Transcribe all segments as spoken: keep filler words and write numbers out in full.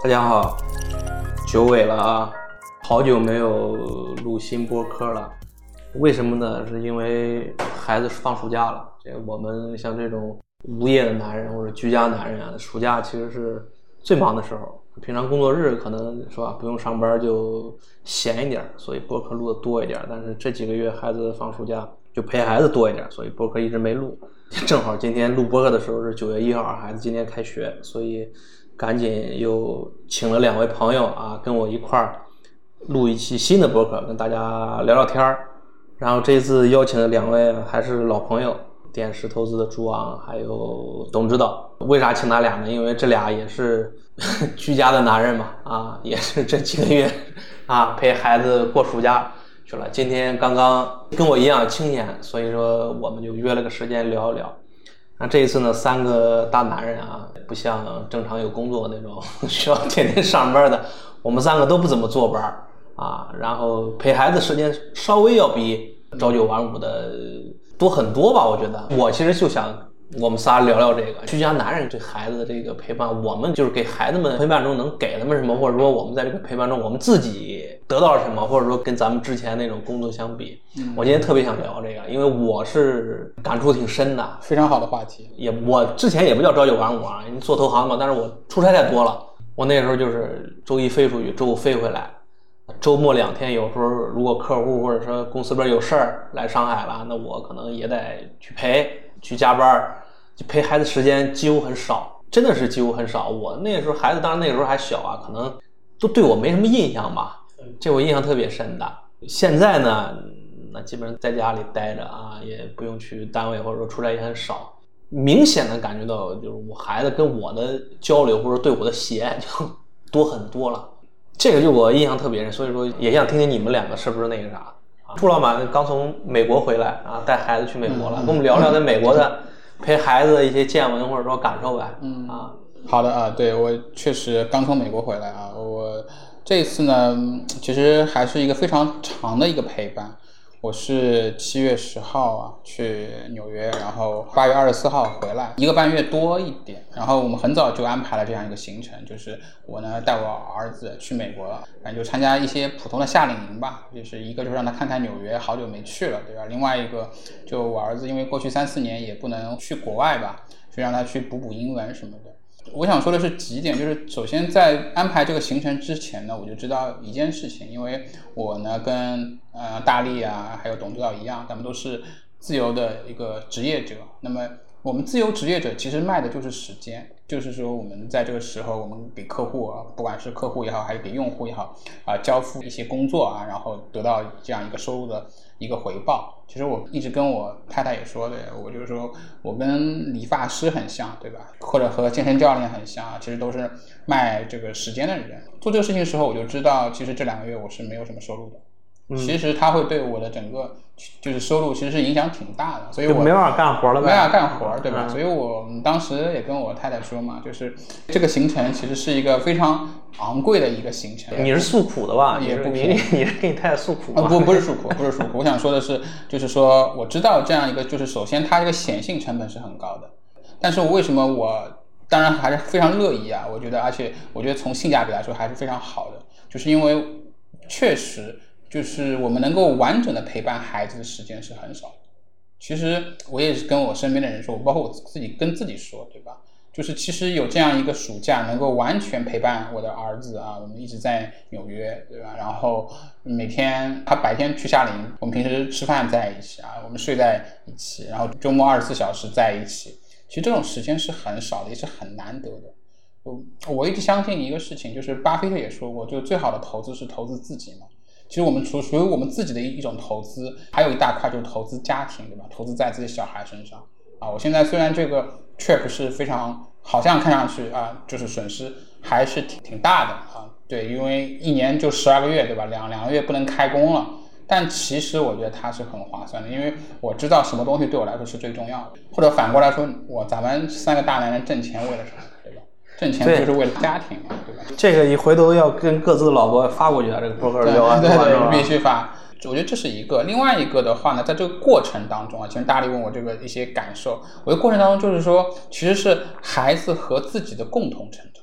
家好，久违了啊，好久没有录新播客了。为什么呢？是因为孩子放暑假了。这个我们像这种无业的男人或者居家男人啊，暑假其实是最忙的时候。平常工作日可能是吧，不用上班就闲一点，所以播客录的多一点。但是这几个月孩子放暑假，就陪孩子多一点，所以播客一直没录。正好今天录播客的时候是九月一号，孩子今天开学，所以赶紧又请了两位朋友啊，跟我一块儿录一期新的播客，跟大家聊聊天儿。然后这次邀请的两位还是老朋友，电视投资的朱昂还有董指导。为啥请他俩呢？因为这俩也是居家的男人嘛，啊，也是这几个月啊陪孩子过暑假去了。今天刚刚跟我一样清闲，所以说我们就约了个时间聊一聊。那这一次呢，三个大男人啊，不像正常有工作那种需要天天上班的，我们三个都不怎么坐班啊，然后陪孩子时间稍微要比朝九晚五的多很多吧，我觉得。我其实就想我们仨聊聊这个居家男人对孩子的这个陪伴，我们就是给孩子们陪伴中能给他们什么，或者说我们在这个陪伴中我们自己得到了什么，或者说跟咱们之前那种工作相比。嗯、我今天特别想聊这个，因为我是感触挺深的。 非常好的话题。 也我之前也不叫朝九晚五啊，做投行嘛，但是我出差太多了，我那时候就是周一飞出去，周五飞回来，周末两天，有时候如果客户或者说公司边有事儿来上海了，那我可能也得去陪去加班，就陪孩子时间几乎很少，真的是几乎很少。我那时候孩子当然那时候还小啊，可能都对我没什么印象吧，这我印象特别深的。现在呢，那基本上在家里待着啊，也不用去单位，或者说出来也很少，明显的感觉到就是我孩子跟我的交流或者对我的喜爱就多很多了。这个就我印象特别深，所以说也想听听你们两个是不是那个啥。朱老板刚从美国回来啊，带孩子去美国了，嗯、跟我们聊聊在美国的陪孩子的一些见闻或者说感受呗。嗯啊， 好的啊，对，我确实刚从美国回来啊，我这次呢其实还是一个非常长的一个陪伴。我是七月十号啊去纽约，然后八月二十四号回来，一个半月多一点。然后我们很早就安排了这样一个行程，就是我呢带我儿子去美国，反正就参加一些普通的夏令营吧，就是一个就是让他看看纽约，好久没去了，对吧？另外一个就我儿子因为过去三四年也不能去国外吧，所以让他去补补英文什么的。我想说的是几点，就是首先在安排这个行程之前呢，我就知道一件事情，因为我呢跟呃大力啊还有董指导一样，咱们都是自由的一个职业者。那么我们自由职业者其实卖的就是时间，就是说我们在这个时候，我们给客户啊，不管是客户也好，还是给用户也好啊，交付一些工作啊，然后得到这样一个收入的一个回报。其实我一直跟我太太也说的，我就是说我跟理发师很像，对吧？或者和健身教练很像，其实都是卖这个时间的人。做这个事情的时候，我就知道，其实这两个月我是没有什么收入的。嗯、其实它会对我的整个就是收入其实是影响挺大的，所以我没办法干活了呗， 没办法干活，对吧？嗯、所以我当时也跟我太太说嘛，就是这个行程其实是一个非常昂贵的一个行程。 你是诉苦的吧？ 也不你你是跟你太太诉苦啊？不不是诉苦，不是诉苦。我想说的是，就是说我知道这样一个，就是首先它这个显性成本是很高的，但是我为什么我当然还是非常乐意啊？我觉得，而且我觉得从性价比来说还是非常好的，就是因为确实。就是我们能够完整的陪伴孩子的时间是很少的。其实我也是跟我身边的人说，包括我自己跟自己说，对吧？就是其实有这样一个暑假能够完全陪伴我的儿子啊，我们一直在纽约，对吧？然后每天他白天去夏令营，我们平时吃饭在一起啊，我们睡在一起，然后周末二十四小时在一起。其实这种时间是很少的，也是很难得的。我我一直相信一个事情，就是巴菲特也说过，就最好的投资是投资自己嘛。其实我们除属于我们自己的一种投资，还有一大块就是投资家庭，对吧？投资在自己小孩身上啊。我现在虽然这个 trip 是非常好像看上去啊，就是损失还是挺挺大的啊。对，因为一年就十二个月，对吧？两两个月不能开工了，但其实我觉得它是很划算的，因为我知道什么东西对我来说是最重要的，或者反过来说，我咱们三个大男人挣钱为了什么，对吧？挣钱就是为了家庭嘛，对吧？ 这个一回头要跟各自的老婆发过去啊，这个博客聊完， 对对对，必须发。我觉得这是一个。另外一个的话呢，在这个过程当中啊，其实大力问我这个一些感受，我的过程当中就是说，其实是孩子和自己的共同成长。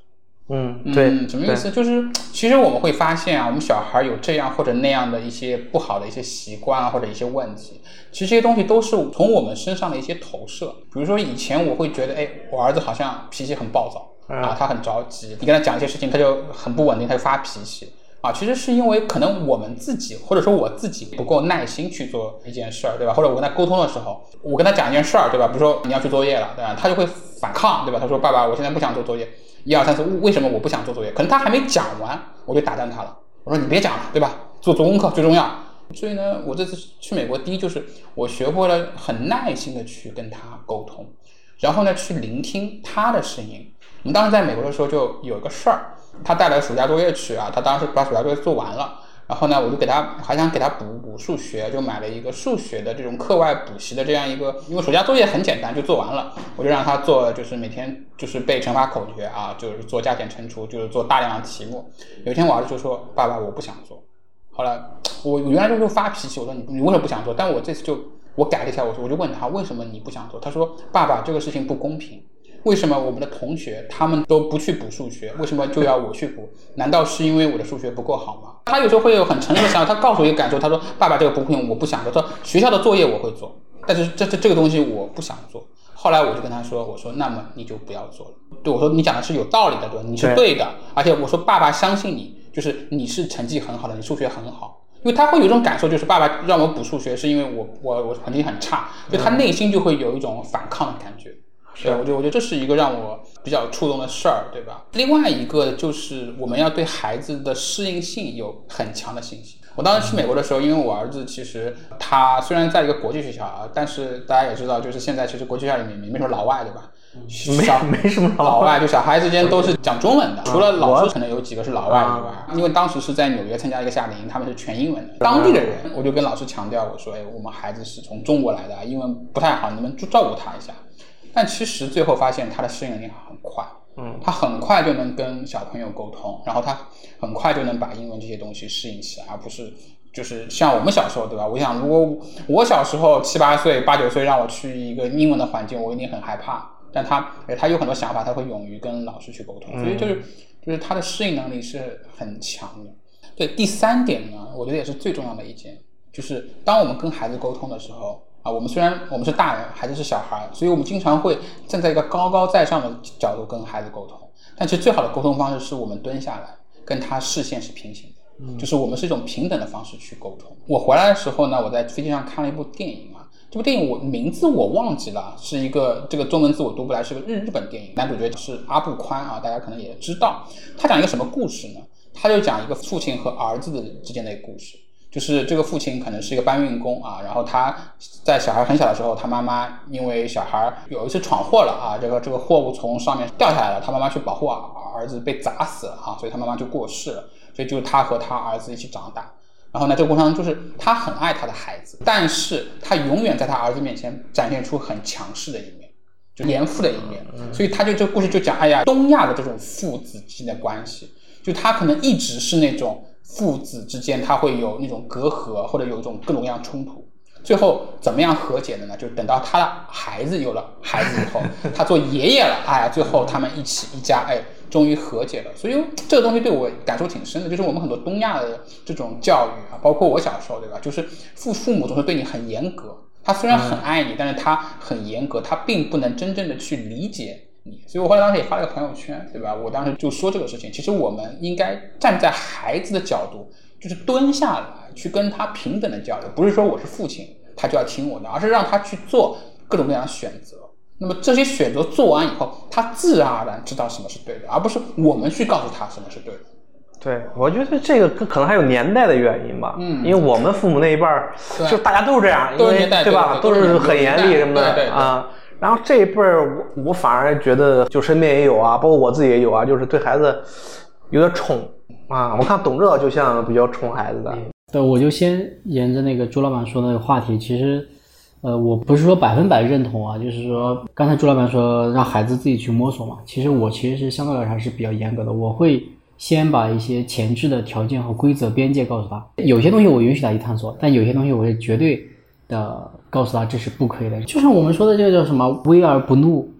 嗯，对， 嗯，什么意思？就是其实我们会发现啊，我们小孩有这样或者那样的一些不好的一些习惯啊，或者一些问题，其实这些东西都是从我们身上的一些投射。比如说以前我会觉得，哎，我儿子好像脾气很暴躁啊，他很着急，你跟他讲一些事情，他就很不稳定，他就发脾气啊。其实是因为可能我们自己或者说我自己不够耐心去做一件事儿，对吧？或者我跟他沟通的时候，我跟他讲一件事儿，对吧？比如说你要去作业了，对吧？他就会反抗，对吧？他说爸爸，我现在不想做作业。一二三四，为什么我不想做作业？可能他还没讲完，我就打断他了。我说你别讲了，对吧？做做功课最重要。所以呢，我这次去美国，第一就是我学会了很耐心的去跟他沟通，然后呢去聆听他的声音。我们当时在美国的时候就有一个事儿，他带来暑假作业去啊，他当时把暑假作业做完了。然后呢，我就给他还想给他补补数学，就买了一个数学的这种课外补习的这样一个，因为暑假作业很简单就做完了，我就让他做，就是每天就是背乘法口诀啊，就是做加减乘除，就是做大量的题目。有一天我儿子就说：“爸爸，我不想做。”后来我原来就发脾气，我说你你为什么不想做？但我这次就我改了一下，我说我就问他为什么你不想做？他说：“爸爸，这个事情不公平。”为什么我们的同学他们都不去补数学，为什么就要我去补？难道是因为我的数学不够好吗？他有时候会有很诚实的想法，他告诉我一个感受，他说爸爸这个不会，我不想做，他说学校的作业我会做，但是这这这个东西我不想做。后来我就跟他说，我说那么你就不要做了。对，我说你讲的是有道理的，对吧？你是对的，而且我说爸爸相信你，就是你是成绩很好的，你数学很好。因为他会有一种感受，就是爸爸让我补数学是因为我我我成绩很差，所以他内心就会有一种反抗的感觉。对，我觉得我觉得这是一个让我比较触动的事儿，对吧？另外一个就是我们要对孩子的适应性有很强的信心。我当时去美国的时候，因为我儿子其实他虽然在一个国际学校啊，但是大家也知道，就是现在其实国际学校里面没什么老外，对吧？ 没没什么老外，就小孩之间都是讲中文的，除了老师可能有几个是老外以外，因为当时是在纽约参加一个夏令营，他们是全英文的。当地的人，我就跟老师强调，我说，哎，我们孩子是从中国来的，英文不太好，你们照顾他一下。但其实最后发现他的适应能力很快，嗯，他很快就能跟小朋友沟通，然后他很快就能把英文这些东西适应起来，而不是就是像我们小时候，对吧？我想如果我小时候七八岁、八九岁让我去一个英文的环境，我一定很害怕。但他他有很多想法，他会勇于跟老师去沟通，所以就是就是他的适应能力是很强的。对，第三点呢，我觉得也是最重要的一点，就是当我们跟孩子沟通的时候。啊，我们虽然我们是大人，孩子是小孩，所以我们经常会站在一个高高在上的角度跟孩子沟通。但其实最好的沟通方式是我们蹲下来，跟他视线是平行的，嗯，就是我们是一种平等的方式去沟通。我回来的时候呢，我在飞机上看了一部电影啊，这部电影我名字我忘记了，是一个这个中文字我读不来，是个日日本电影，男主角是阿部宽啊，大家可能也知道。他讲一个什么故事呢？他就讲一个父亲和儿子的之间的一个故事。就是这个父亲可能是一个搬运工啊，然后他在小孩很小的时候，他妈妈因为小孩有一次闯祸了啊，这个这个货物从上面掉下来了，他妈妈去保护儿子被砸死了啊，所以他妈妈就过世了，所以就是他和他儿子一起长大。然后呢，这个过程中就是他很爱他的孩子，但是他永远在他儿子面前展现出很强势的一面，就严父的一面。所以他就这个故事就讲，哎呀，东亚的这种父子之间的关系，就他可能一直是那种。父子之间他会有那种隔阂，或者有一种各种各样冲突，最后怎么样和解的呢？就等到他的孩子有了孩子以后，他做爷爷了，哎呀，最后他们一起一家，哎，终于和解了。所以这个东西对我感受挺深的，就是我们很多东亚的这种教育啊，包括我小时候，对吧？就是父父母总是对你很严格，他虽然很爱你，但是他很严格，他并不能真正的去理解。所以我后来当时也发了个朋友圈，对吧？我当时就说这个事情，其实我们应该站在孩子的角度，就是蹲下来去跟他平等的交流，不是说我是父亲他就要听我的，而是让他去做各种各样的选择。那么这些选择做完以后，他自然而然知道什么是对的，而不是我们去告诉他什么是对的。 对，我觉得这个可能还有年代的原因吧，嗯，因为我们父母那一辈儿，就大家都是这样， 都是年代， 对吧？ 都是很严厉什么的， 对对对啊。然后这一辈儿，我我反而觉得，就身边也有啊，包括我自己也有啊，就是对孩子有点宠啊。我看董乐就像比较宠孩子的。 对，我就先沿着那个朱老板说的那个话题，其实，呃，我不是说百分百认同啊，就是说刚才朱老板说让孩子自己去摸索嘛，其实我其实是相对来说还是比较严格的，我会先把一些前置的条件和规则边界告诉他，有些东西我允许他去探索，但有些东西我是绝对的告诉他这是不可以的。就像我们说的这个叫什么威而不怒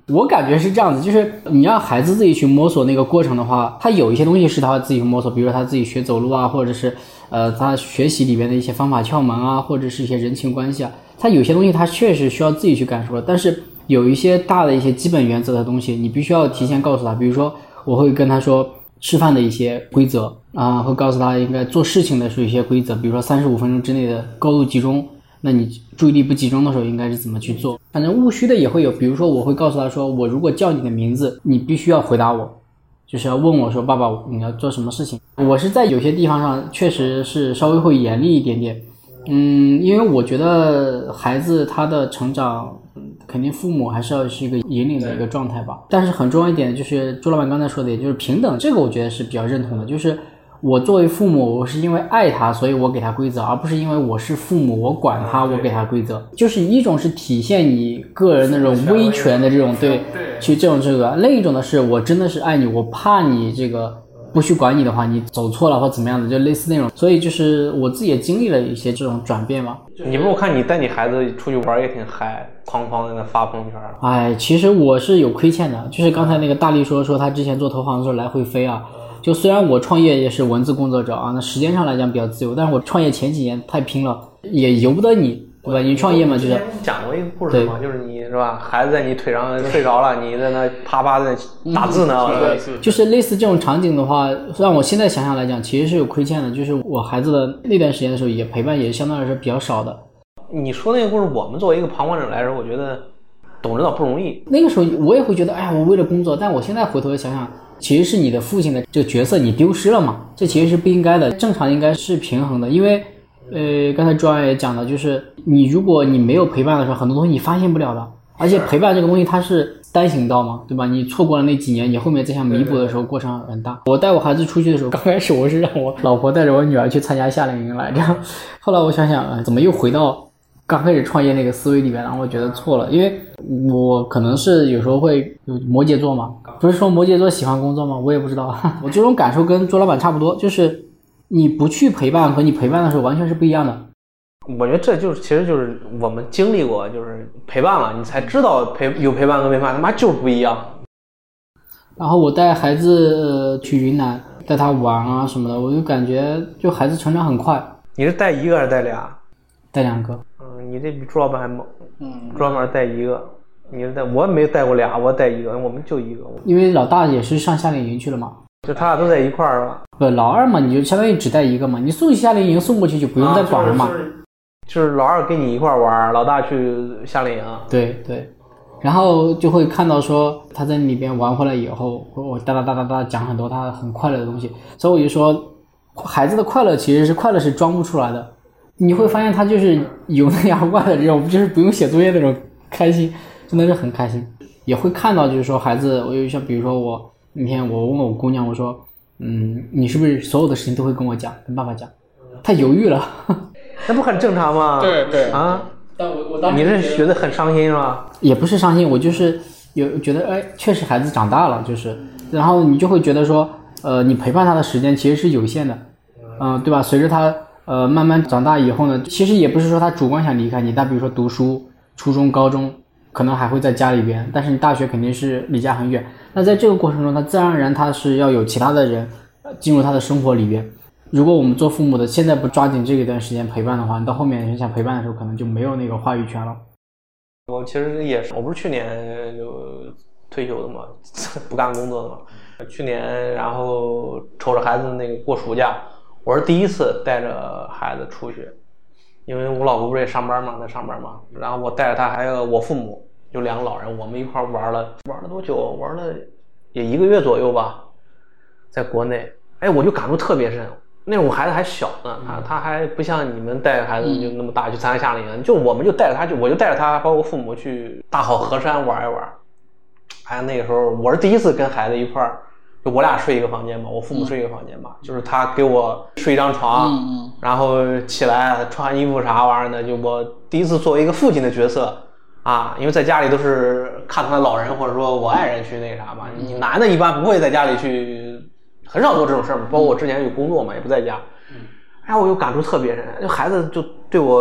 我感觉是这样子，就是你让孩子自己去摸索那个过程的话，他有一些东西是他自己去摸索，比如说他自己学走路啊，或者是呃他学习里边的一些方法窍门啊，或者是一些人情关系啊，他有些东西他确实需要自己去感受的，但是有一些大的一些基本原则的东西，你必须要提前告诉他。比如说我会跟他说吃饭的一些规则啊、呃，会告诉他应该做事情的时候一些规则，比如说三十五分钟之内的高度集中，那你注意力不集中的时候应该是怎么去做。反正务虚的也会有，比如说我会告诉他说，我如果叫你的名字，你必须要回答我，就是要问我说爸爸你要做什么事情。我是在有些地方上确实是稍微会严厉一点点，嗯，因为我觉得孩子他的成长肯定父母还是要是一个引领的一个状态吧。但是很重要一点就是朱老板刚才说的，也就是平等，这个我觉得是比较认同的，就是我作为父母，我是因为爱他，所以我给他规则，而不是因为我是父母，我管他，我给他规则。就是一种是体现你个人那种威权的这种对，去这种这个；另一种的是我真的是爱你，我怕你这个不去管你的话，你走错了或怎么样的，就类似那种。所以就是我自己也经历了一些这种转变嘛。 你不我看你带你孩子出去玩也挺嗨，哐哐在那发朋友圈。 哎，其实我是有亏欠的，就是刚才那个大力说说他之前做投行的时候来回飞啊。就虽然我创业也是文字工作者啊，那时间上来讲比较自由，但是我创业前几年太拼了，也由不得你，对吧？你创业嘛，就是讲过一个故事嘛，就是你是吧，孩子在你腿上睡着了，你在那啪啪在那打字呢， 对，就是类似这种场景的话，让我现在想想来讲，其实是有亏欠的。就是我孩子的那段时间的时候，也陪伴也相对来说比较少的。 你说那个故事，我们作为一个旁观者来说，我觉得懂知道不容易。 那个时候我也会觉得，哎呀，我为了工作，但我现在回头想想。其实是你的父亲的这个角色你丢失了嘛，这其实是不应该的，正常应该是平衡的。因为呃，刚才朱老也讲了，就是你如果你没有陪伴的时候，很多东西你发现不了的，而且陪伴这个东西它是单行道嘛，对吧？你错过了那几年，你后面再想弥补的时候过程很大。我带我孩子出去的时候，刚开始我是让我老婆带着我女儿去参加夏令营来着，后来我想想、呃、怎么又回到刚开始创业那个思维里面，然后我觉得错了，因为我可能是有时候会有摩羯座嘛，不是说摩羯座喜欢工作吗？我也不知道，我这种感受跟周老板差不多，就是你不去陪伴和你陪伴的时候完全是不一样的。 我觉得这就是其实就是我们经历过，就是陪伴了，你才知道陪有陪伴跟没陪伴他妈就是不一样。 然后我带孩子、呃、去云南带他玩啊什么的，我就感觉就孩子成长很快。 你是带一个还是带俩？ 带两个。 嗯，你这比朱老板还猛。嗯，朱老板带一个，你是带，我也没带过俩，我带一个，我们就一个。 因为老大也是上夏令营去了嘛， 就他俩都在一块儿了。 不，老二嘛，你就相当于只带一个嘛，你送夏令营送过去就不用再管了嘛。 啊就是就是就是老二跟你一块玩，老大去夏令营。 对对，然后就会看到说他在里边玩回来以后，我哒哒哒哒哒讲很多他很快乐的东西，所以我就说，孩子的快乐其实是快乐是装不出来的。你会发现他就是有那样外的这种，就是不用写作业那种开心，真的是很开心。也会看到就是说孩子，我有像比如说我那天我问我姑娘，我说，嗯，你是不是所有的事情都会跟我讲，跟爸爸讲？她犹豫了。 那不很正常吗？ 对对啊。 但我我当时你是觉得很伤心是吧？ 也不是伤心，我就是有觉得，哎，确实孩子长大了，就是，然后你就会觉得说，呃，你陪伴他的时间其实是有限的，嗯、呃，对吧？随着他呃慢慢长大以后呢，其实也不是说他主观想离开你，他比如说读书，初中、高中可能还会在家里边，但是你大学肯定是离家很远。那在这个过程中，他自然而然他是要有其他的人进入他的生活里边。如果我们做父母的现在不抓紧这一段时间陪伴的话，你到后面想陪伴的时候可能就没有那个话语权了。 我其实也是，我不是去年就退休的嘛，不干工作的嘛。去年然后瞅着孩子那个过暑假，我是第一次带着孩子出去，因为我老婆不是也上班嘛，在上班嘛，然后我带着他还有我父母，就两个老人，我们一块玩了玩了多久？玩了也一个月左右吧，在国内。哎，我就感触特别深。那种孩子还小呢，他他还不像你们带着孩子就那么大去参加夏令营，就我们就带着他，就我就带着他，包括父母去大好河山玩一玩。哎，那个时候我是第一次跟孩子一块儿，就我俩睡一个房间嘛，我父母睡一个房间嘛，就是他给我睡一张床， 嗯、 然后起来穿衣服啥玩意儿的，就我第一次作为一个父亲的角色啊，因为在家里都是看他的老人或者说我爱人去那个啥嘛，你男的一般不会在家里去。很少做这种事儿嘛，包括我之前有工作嘛，也不在家。哎，我有感触特别深，就孩子就对我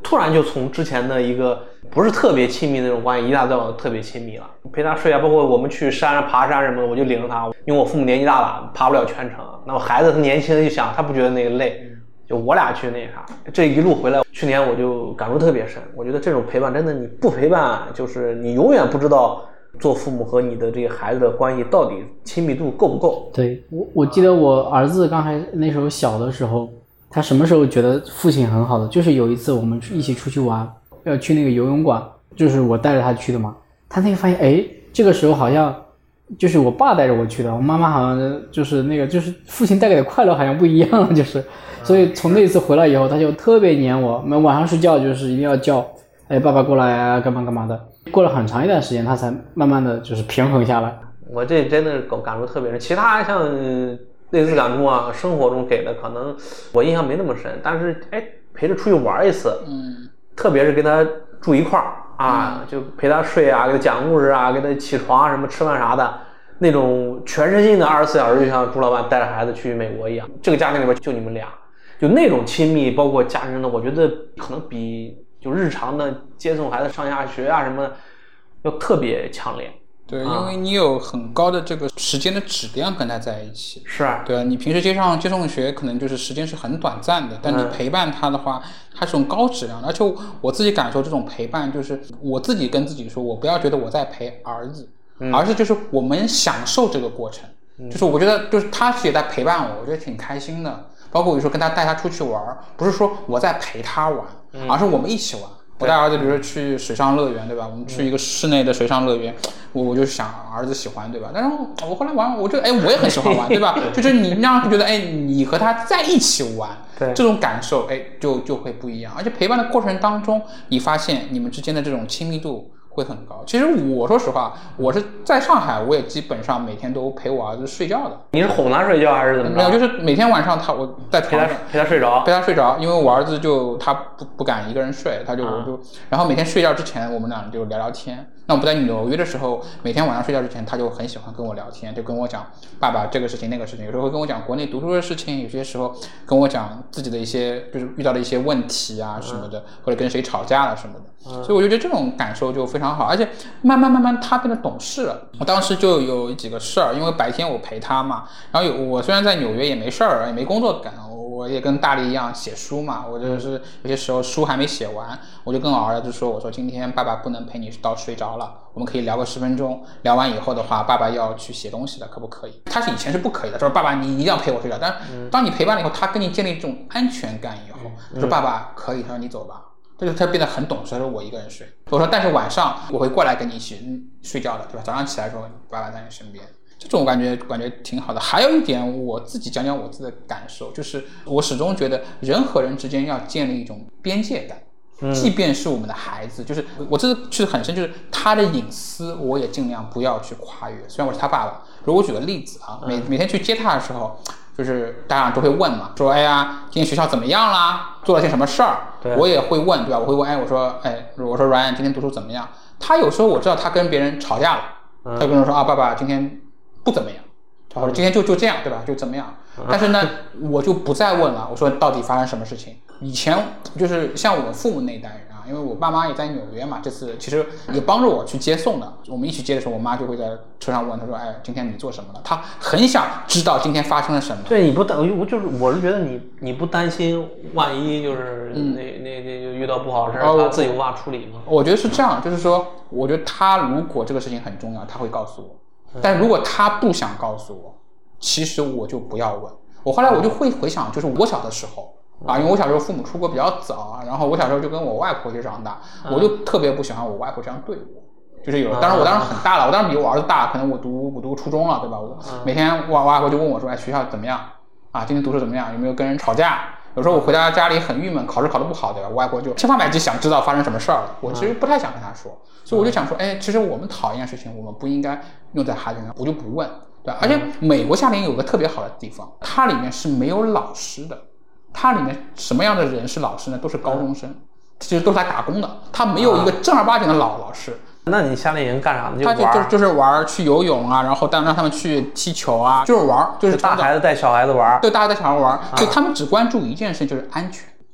突然就从之前的一个不是特别亲密的那种关系，一下到特别亲密了。陪他睡啊，包括我们去山上爬山什么的，我就领着他，因为我父母年纪大了，爬不了全程。那么孩子他年轻就想，他不觉得那个累，就我俩去那啥。这一路回来，去年我就感触特别深。我觉得这种陪伴真的，你不陪伴，就是你永远不知道做父母和你的这个孩子的关系到底亲密度够不够。 对，我我记得我儿子刚才那时候小的时候，他什么时候觉得父亲很好的，就是有一次我们一起出去玩，要去那个游泳馆，就是我带着他去的嘛。他那个发现，哎，这个时候好像就是我爸带着我去的，我妈妈好像就是那个就是父亲带给的快乐好像不一样，就是所以从那次回来以后，他就特别黏我，晚上睡觉就是一定要叫，哎，爸爸过来啊，干嘛干嘛的。过了很长一段时间，他才慢慢的就是平衡下来。 我这真的感触特别深，其他像类似感触啊，生活中给的可能我印象没那么深，但是哎，陪着出去玩一次， 嗯， 特别是跟他住一块儿啊、嗯，就陪他睡啊，给他讲故事啊，给他起床啊，什么吃饭啥的，那种全身心的二十四小时，就像朱老板带着孩子去美国一样。这个家庭里边就你们俩，就那种亲密，包括家人的，我觉得可能比就日常的接送孩子上下学啊什么的要特别强烈。 对，因为你有很高的这个时间的质量跟他在一起。 是啊， 对啊，你平时接上接送学可能就是时间是很短暂的，但你陪伴他的话，它是种高质量的。而且我自己感受这种陪伴，就是我自己跟自己说，我不要觉得我在陪儿子，嗯、而是就是我们享受这个过程。嗯、就是我觉得就是他也在陪伴我，我觉得挺开心的。包括有时候跟他带他出去玩，不是说我在陪他玩，嗯、而是我们一起玩。我带儿子，比如说去水上乐园，对吧？我们去一个室内的水上乐园，我我就想儿子喜欢，对吧？但是我后来玩，我就哎，我也很喜欢玩，对吧？就是你让他觉得，哎，你和他在一起玩， 对这种感受，哎，就就会不一样。而且陪伴的过程当中，你发现你们之间的这种亲密度会很高。其实我说实话，我是在上海，我也基本上每天都陪我儿子睡觉的。 你是哄他睡觉还是怎么着？ 没有，就是每天晚上他我在床上陪他陪他睡着， 陪他睡着，因为我儿子就他不不敢一个人睡，他就我就、嗯、然后每天睡觉之前我们俩就聊聊天。那我不在纽约的时候，每天晚上睡觉之前他就很喜欢跟我聊天，就跟我讲爸爸这个事情那个事情，有时候会跟我讲国内读书的事情，有些时候跟我讲自己的一些就是遇到的一些问题啊什么的，嗯、或者跟谁吵架了什么的。嗯、所以我就觉得这种感受就非常好，而且慢慢慢慢他变得懂事了。我当时就有几个事儿，因为白天我陪他嘛，然后有我虽然在纽约也没事儿，也没工作干，我也跟大力一样写书嘛，我就是有些时候书还没写完，我就跟我儿子说，我说今天爸爸不能陪你到睡着了，我们可以聊个十分钟，聊完以后的话，爸爸要去写东西了，可不可以？他是以前是不可以的，他说爸爸你一定要陪我睡觉，但是当你陪伴了以后，他跟你建立这种安全感以后，他说爸爸可以，他说你走吧。这就他变得很懂事，他说我一个人睡。我说但是晚上我会过来跟你一起睡觉的，对吧？早上起来的时候爸爸在你身边，这种感觉感觉挺好的。还有一点我自己讲讲我自己的感受，就是我始终觉得人和人之间要建立一种边界感，嗯、即便是我们的孩子，就是我这是很深，就是他的隐私我也尽量不要去跨越。虽然我是他爸爸，如果我举个例子啊，每每天去接他的时候，就是大家都会问嘛，说哎呀，今天学校怎么样啦？做了些什么事儿？我也会问，对吧？我会问，哎，我说，哎，我说 Ryan 今天读书怎么样？他有时候我知道他跟别人吵架了，嗯、他跟我说啊，爸爸今天不怎么样，或者今天就就这样，对吧？就怎么样？但是呢，我就不再问了。我说到底发生什么事情？以前就是像我父母那一代人啊，因为我爸妈也在纽约嘛，这次其实也帮着我去接送的。我们一起接的时候，我妈就会在车上问，她说：“哎，今天你做什么了？”她很想知道今天发生了什么。 对，你不担，我就是我是觉得你你不担心，万一就是那、嗯、那那那就遇到不好的事，他自己无法处理吗？ 我觉得是这样，就是说，我觉得他如果这个事情很重要，他会告诉我；但如果他不想告诉我，其实我就不要问。我后来我就会回想，就是我小的时候。啊，因为我小时候父母出国比较早，然后我小时候就跟我外婆一起长大，我就特别不喜欢我外婆这样对我，就是有，当然我当时很大了，我当时比我儿子大，可能我读我读初中了，对吧？我每天我外婆就问我说，哎，学校怎么样？啊，今天读书怎么样？有没有跟人吵架？有时候我回到家里很郁闷，考试考得不好，对吧？我外婆就千方百计想知道发生什么事儿了，我其实不太想跟她说，所以我就想说，哎，其实我们讨厌的事情，我们不应该用在孩子身上，我就不问，对吧？而且美国夏令营有个特别好的地方，它里面是没有老师的。它里面什么样的人是老师呢？都是高中生，其实都是来打工的。他没有一个正儿八经的老老师。 那你夏令营干啥呢？就玩， 他就就是玩，去游泳啊，然后让让他们去踢球啊，就是玩，就是大孩子带小孩子玩。 对，大孩子带小孩玩，所以他们只关注一件事，就是安全。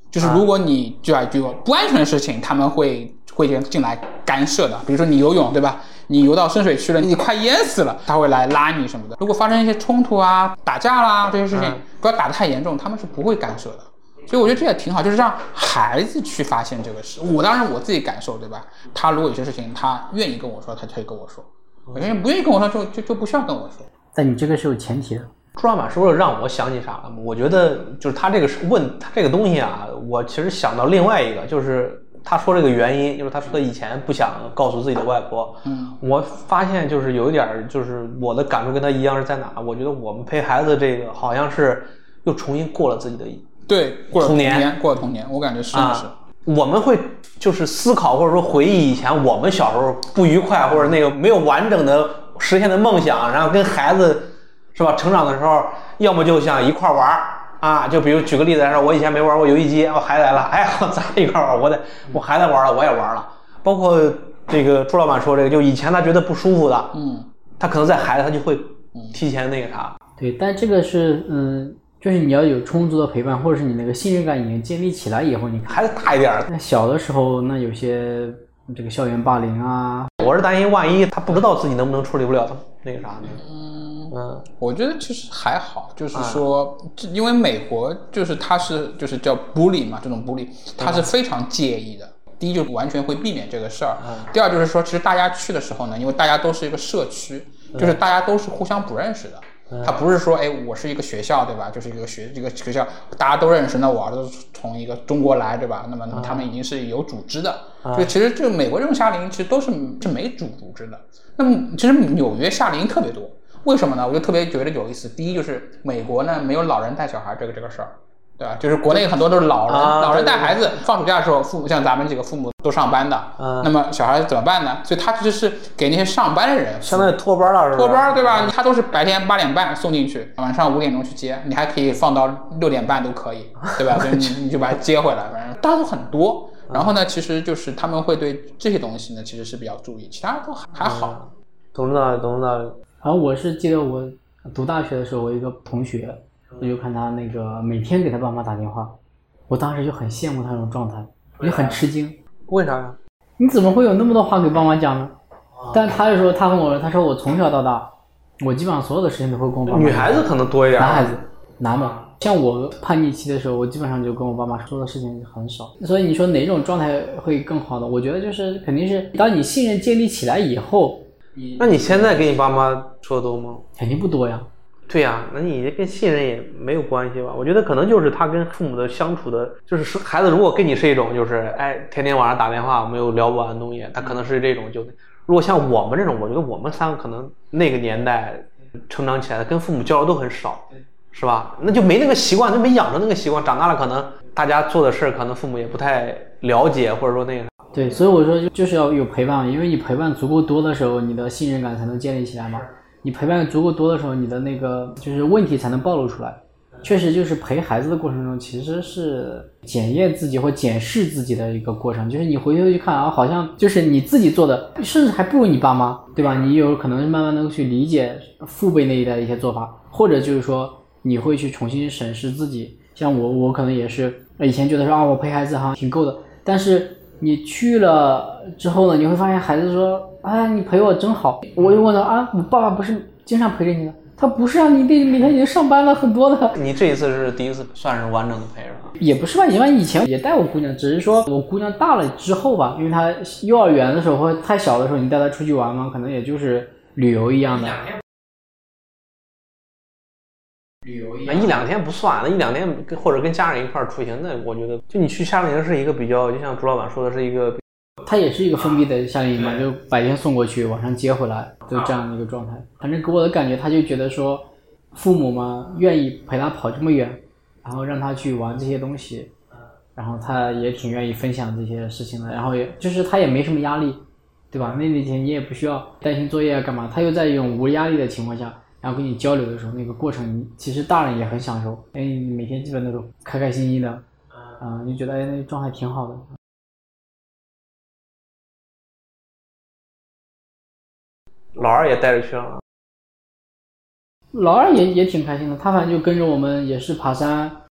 就是如果你就啊就不安全的事情，他们会会进来干涉的。比如说你游泳，对吧？你游到深水区了，你快淹死了，他会来拉你什么的。如果发生一些冲突啊、打架啦这些事情，不要打得太严重，他们是不会干涉的。所以我觉得这也挺好，就是让孩子去发现这个事。我当然我自己感受，对吧？他如果有些事情他愿意跟我说，他就会跟我说；有些人不愿意跟我说，就就就不需要跟我说。 但你这个是有前提的。 朱老板说了让我想起啥了？我觉得就是他这个问他这个东西啊，我其实想到另外一个，就是他说这个原因，就是他说他以前不想告诉自己的外婆。 嗯， 我发现就是有一点，就是我的感受跟他一样是在哪？我觉得我们陪孩子这个好像是又重新过了自己的。 对，过了童年，过了童年，我感觉是的是、啊。 我们会就是思考或者说回忆以前我们小时候不愉快或者那个没有完整的实现的梦想，然后跟孩子是吧成长的时候，要么就想一块玩啊，就比如举个例子来说，我以前没玩过游戏机，我孩子来了，哎，咱一块玩，我得我孩子玩了，我也玩了。包括这个朱老板说这个，就以前他觉得不舒服的， 嗯， 他可能在孩子他就会提前那个啥。 对，但这个是嗯。就是你要有充足的陪伴，或者是你那个信任感已经建立起来以后，你孩子大一点。 那小的时候，那有些这个校园霸凌啊， 我是担心万一他不知道自己能不能处理不了，他那个啥呢？ 嗯嗯，我觉得其实还好，就是说，嗯、因为美国就是他是就是叫 bully 嘛，这种 bully 他是非常介意的。嗯、第一就完全会避免这个事儿，嗯、第二就是说，其实大家去的时候呢，因为大家都是一个社区，就是大家都是互相不认识的。他不是说，哎，我是一个学校，对吧？就是一个学一个学校，大家都认识，那我儿子从一个中国来，对吧？那么，那么他们已经是有组织的。 嗯、 就其实就美国这种夏令营其实都是是没组组织的。那么其实纽约夏令营特别多，为什么呢？我就特别觉得有意思。第一就是美国呢没有老人带小孩这个这个事儿。对吧？就是国内很多都是老人，啊、老人带孩子，放暑假的时候，父母像咱们几个父母都上班的， 嗯、 那么小孩怎么办呢？所以他其实是给那些上班的人， 相当于托班了，是吧？ 托班对吧？他都是白天八点半送进去，晚上五点钟去接，你还可以放到六点半都可以，对吧？所以你你就把他接回来，反正大家都很多。然后呢，其实就是他们会对这些东西呢，其实是比较注意，其他都还好。 懂道理，懂道理。 然后我是记得我读大学的时候，我一个同学。我就看他那个每天给他爸妈打电话，我当时就很羡慕他那种状态，我就很吃惊。 为啥呀？ 你怎么会有那么多话给爸妈讲呢？但他就说，他跟我说，他说我从小到大，我基本上所有的事情都会跟我爸妈讲。 女孩子可能多一点， 男孩子，男的。像我叛逆期的时候，我基本上就跟我爸妈说的事情很少。所以你说哪种状态会更好的？我觉得就是肯定是当你信任建立起来以后。 那你现在跟你爸妈说的多吗？ 肯定不多呀。 对呀、啊，那你这跟信任也没有关系吧？我觉得可能就是他跟父母的相处的，就是孩子如果跟你是一种就是哎天天晚上打电话没有聊不完的东西，他可能是这种就。如果像我们这种，我觉得我们三个可能那个年代成长起来的，跟父母交流都很少，是吧？那就没那个习惯，就没养成那个习惯。长大了可能大家做的事可能父母也不太了解，或者说那个。 对，所以我说就是要有陪伴，因为你陪伴足够多的时候，你的信任感才能建立起来嘛。你陪伴足够多的时候，你的那个就是问题才能暴露出来。确实就是陪孩子的过程中，其实是检验自己或检视自己的一个过程。就是你回头去看啊，好像就是你自己做的，甚至还不如你爸妈，对吧？你有可能慢慢能够去理解父辈那一代的一些做法，或者就是说你会去重新审视自己。像我，我可能也是以前觉得说啊，我陪孩子好像挺够的，但是你去了之后呢，你会发现孩子说啊，你陪我真好。我就问他啊，我爸爸不是经常陪着你的？他不是啊，你得每天已经上班了很多的。 你这一次是第一次算是完整的陪是吧？ 也不是吧，因为以前也带我姑娘，只是说我姑娘大了之后吧，因为她幼儿园的时候或者太小的时候，你带她出去玩嘛，可能也就是旅游一样的。旅游一样那一两天不算，那一两天或者跟家人一块儿出行，那我觉得就你去夏令营是一个比较，就像朱老板说的是一个。 它也是一个封闭的夏令营嘛，就白天送过去，晚上接回来，就这样的一个状态。反正给我的感觉，他就觉得说，父母嘛愿意陪他跑这么远，然后让他去玩这些东西，然后他也挺愿意分享这些事情的，然后也就是他也没什么压力，对吧？那那天你也不需要担心作业啊干嘛，他又在一种无压力的情况下，然后跟你交流的时候，那个过程其实大人也很享受，哎，你每天基本都是开开心心的，啊、呃，就觉得哎那状态挺好的。 老二也带着去了， 老二也也挺开心的，他反正就跟着我们也是爬山，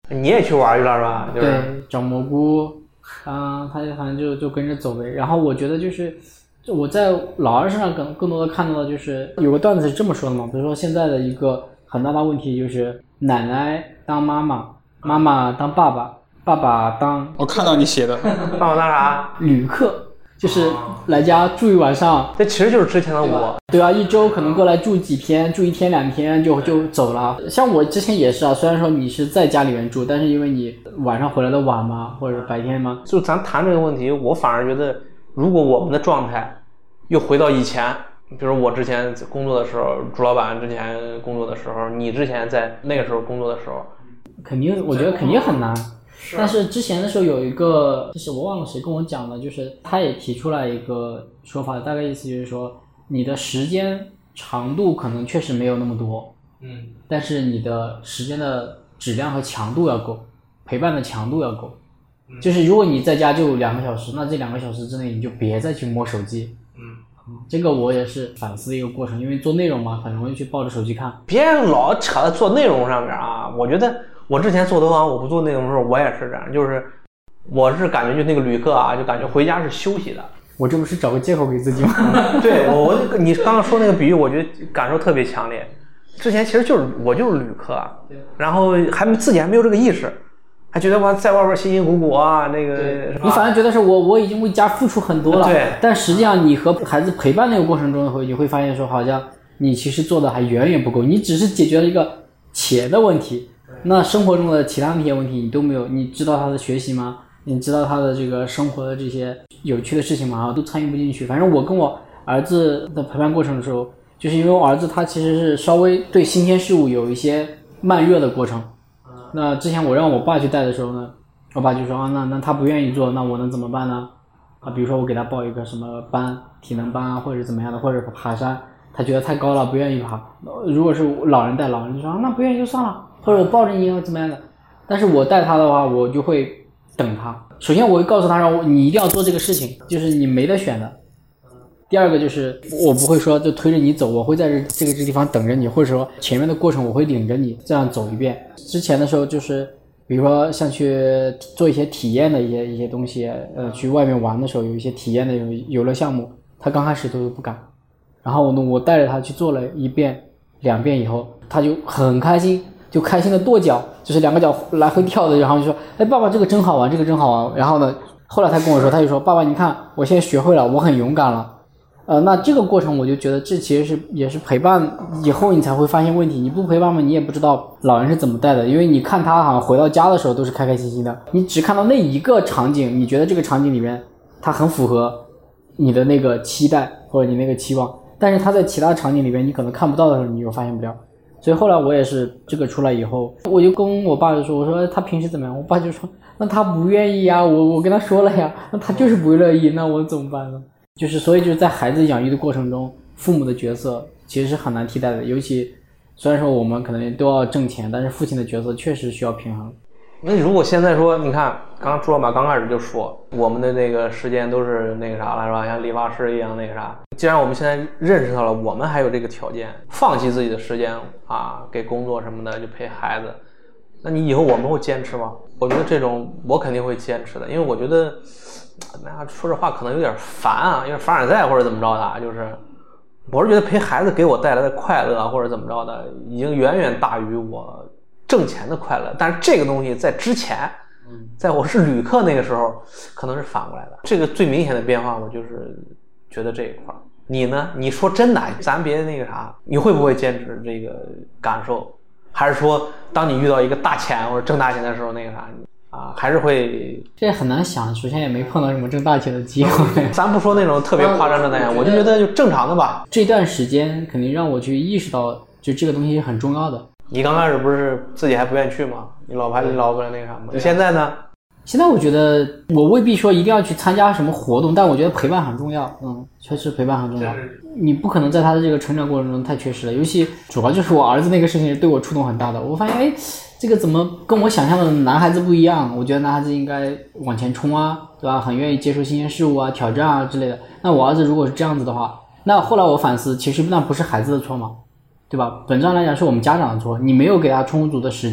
你也去玩去了是吧？就是、 对，找蘑菇，啊、呃，他就反正就就跟着走呗。然后我觉得就是我在老二身上更更多的看到的就是有个段子是这么说的嘛，比如说现在的一个很大的问题就是奶奶当妈妈，妈妈当爸爸，爸爸当我看到你写的， 爸爸当啥？ 旅客。就是来家住一晚上， 这其实就是之前的我， 对吧？一周可能过来住几天，住一天两天就就走了。像我之前也是啊，虽然说你是在家里面住，但是因为你晚上回来的晚嘛，或者白天嘛， 就咱谈这个问题，我反而觉得，如果我们的状态又回到以前，比如我之前工作的时候，朱老板之前工作的时候，你之前在那个时候工作的时候， 肯定，我觉得肯定很难。但是之前的时候有一个，就是我忘了谁跟我讲的，就是他也提出来一个说法，大概意思就是说，你的时间长度可能确实没有那么多，嗯，但是你的时间的质量和强度要够，陪伴的强度要够。嗯、就是如果你在家就两个小时，那这两个小时之内你就别再去摸手机。嗯，这个我也是反思的一个过程，因为做内容嘛，很容易去抱着手机看。 别老扯到做内容上面啊，我觉得。我之前做投行，我不做内容的时候，我也是这样，就是我是感觉就那个旅客啊，就感觉回家是休息的。 我这不是找个借口给自己吗？ 对，我我你刚刚说那个比喻，我觉得感受特别强烈。之前其实就是我就是旅客，然后还自己还没有这个意识，还觉得我在外边辛辛苦苦啊，那个你反而觉得是我我已经为家付出很多了。 对， 但实际上你和孩子陪伴那个过程中会，你会发现说，好像你其实做的还远远不够，你只是解决了一个钱的问题。那生活中的其他那些问题你都没有，你知道他的学习吗？你知道他的这个生活的这些有趣的事情吗？都参与不进去。反正我跟我儿子的陪伴过程的时候，就是因为我儿子他其实是稍微对新鲜事物有一些慢热的过程。那之前我让我爸去带的时候呢，我爸就说啊，那那他不愿意做，那我能怎么办呢？啊，比如说我给他报一个什么班，体能班啊，或者怎么样的，或者爬山，他觉得太高了不愿意爬。如果是老人带，老人就说啊，那不愿意就算了。或者我抱着你怎么样的，但是我带他的话，我就会等他。首先我会告诉他，让我你一定要做这个事情，就是你没得选的。第二个就是我不会说就推着你走，我会在这这个这个地方等着你，或者说前面的过程我会领着你这样走一遍。之前的时候就是比如说像去做一些体验的一些一些东西，呃，去外面玩的时候有一些体验的游乐项目，他刚开始都不敢。然后呢，我带着他去做了一遍、两遍以后，他就很开心。就开心的跺脚，就是两个脚来回跳的，然后就说，哎，爸爸这个真好玩，这个真好玩。然后呢，后来他跟我说，他就说，爸爸你看我现在学会了，我很勇敢了。呃，那这个过程我就觉得这其实是也是陪伴以后你才会发现问题，你不陪伴嘛，你也不知道老人是怎么带的，因为你看他好像回到家的时候都是开开心心的，你只看到那一个场景，你觉得这个场景里面他很符合你的那个期待或者你那个期望，但是他在其他场景里面你可能看不到的时候你又发现不了。所以后来我也是这个出来以后，我就跟我爸就说，我说他平时怎么样？我爸就说，那他不愿意呀，我我跟他说了呀，那他就是不乐意，那我怎么办呢？就是所以就是在孩子养育的过程中，父母的角色其实是很难替代的，尤其虽然说我们可能都要挣钱，但是父亲的角色确实需要平衡。 那如果现在说，你看，刚刚朱老板刚开始就说，我们的那个时间都是那个啥了，是吧？像理发师一样那个啥。既然我们现在认识到了，我们还有这个条件，放弃自己的时间啊，给工作什么的，就陪孩子，那你以后我们会坚持吗？我觉得这种我肯定会坚持的，因为我觉得，那说这话可能有点烦啊，有点凡尔赛或者怎么着的，就是，我是觉得陪孩子给我带来的快乐或者怎么着的，已经远远大于我挣钱的快乐，但是这个东西在之前，在我是旅客那个时候，可能是反过来的。这个最明显的变化，我就是觉得这一块。你呢？你说真的，咱别那个啥，你会不会坚持这个感受？还是说，当你遇到一个大钱或者挣大钱的时候，那个啥啊，还是会？ 这很难想，首先也没碰到什么挣大钱的机会。 咱不说那种特别夸张的那样，我就觉得就正常的吧。 这段时间肯定让我去意识到，就这个东西是很重要的。 你刚开始不是自己还不愿意去吗？你老婆你老婆那个啥吗？现在呢？ 现在我觉得我未必说一定要去参加什么活动，但我觉得陪伴很重要。嗯，确实陪伴很重要。你不可能在他的这个成长过程中太缺失了，尤其主要就是我儿子那个事情对我触动很大的。我发现，哎，这个怎么跟我想象的男孩子不一样？我觉得男孩子应该往前冲啊，对吧？很愿意接受新鲜事物啊、挑战啊之类的。那我儿子如果是这样子的话，那后来我反思，其实那不是孩子的错吗？对吧？本质上来讲是我们家长的错，你没有给他充足的时间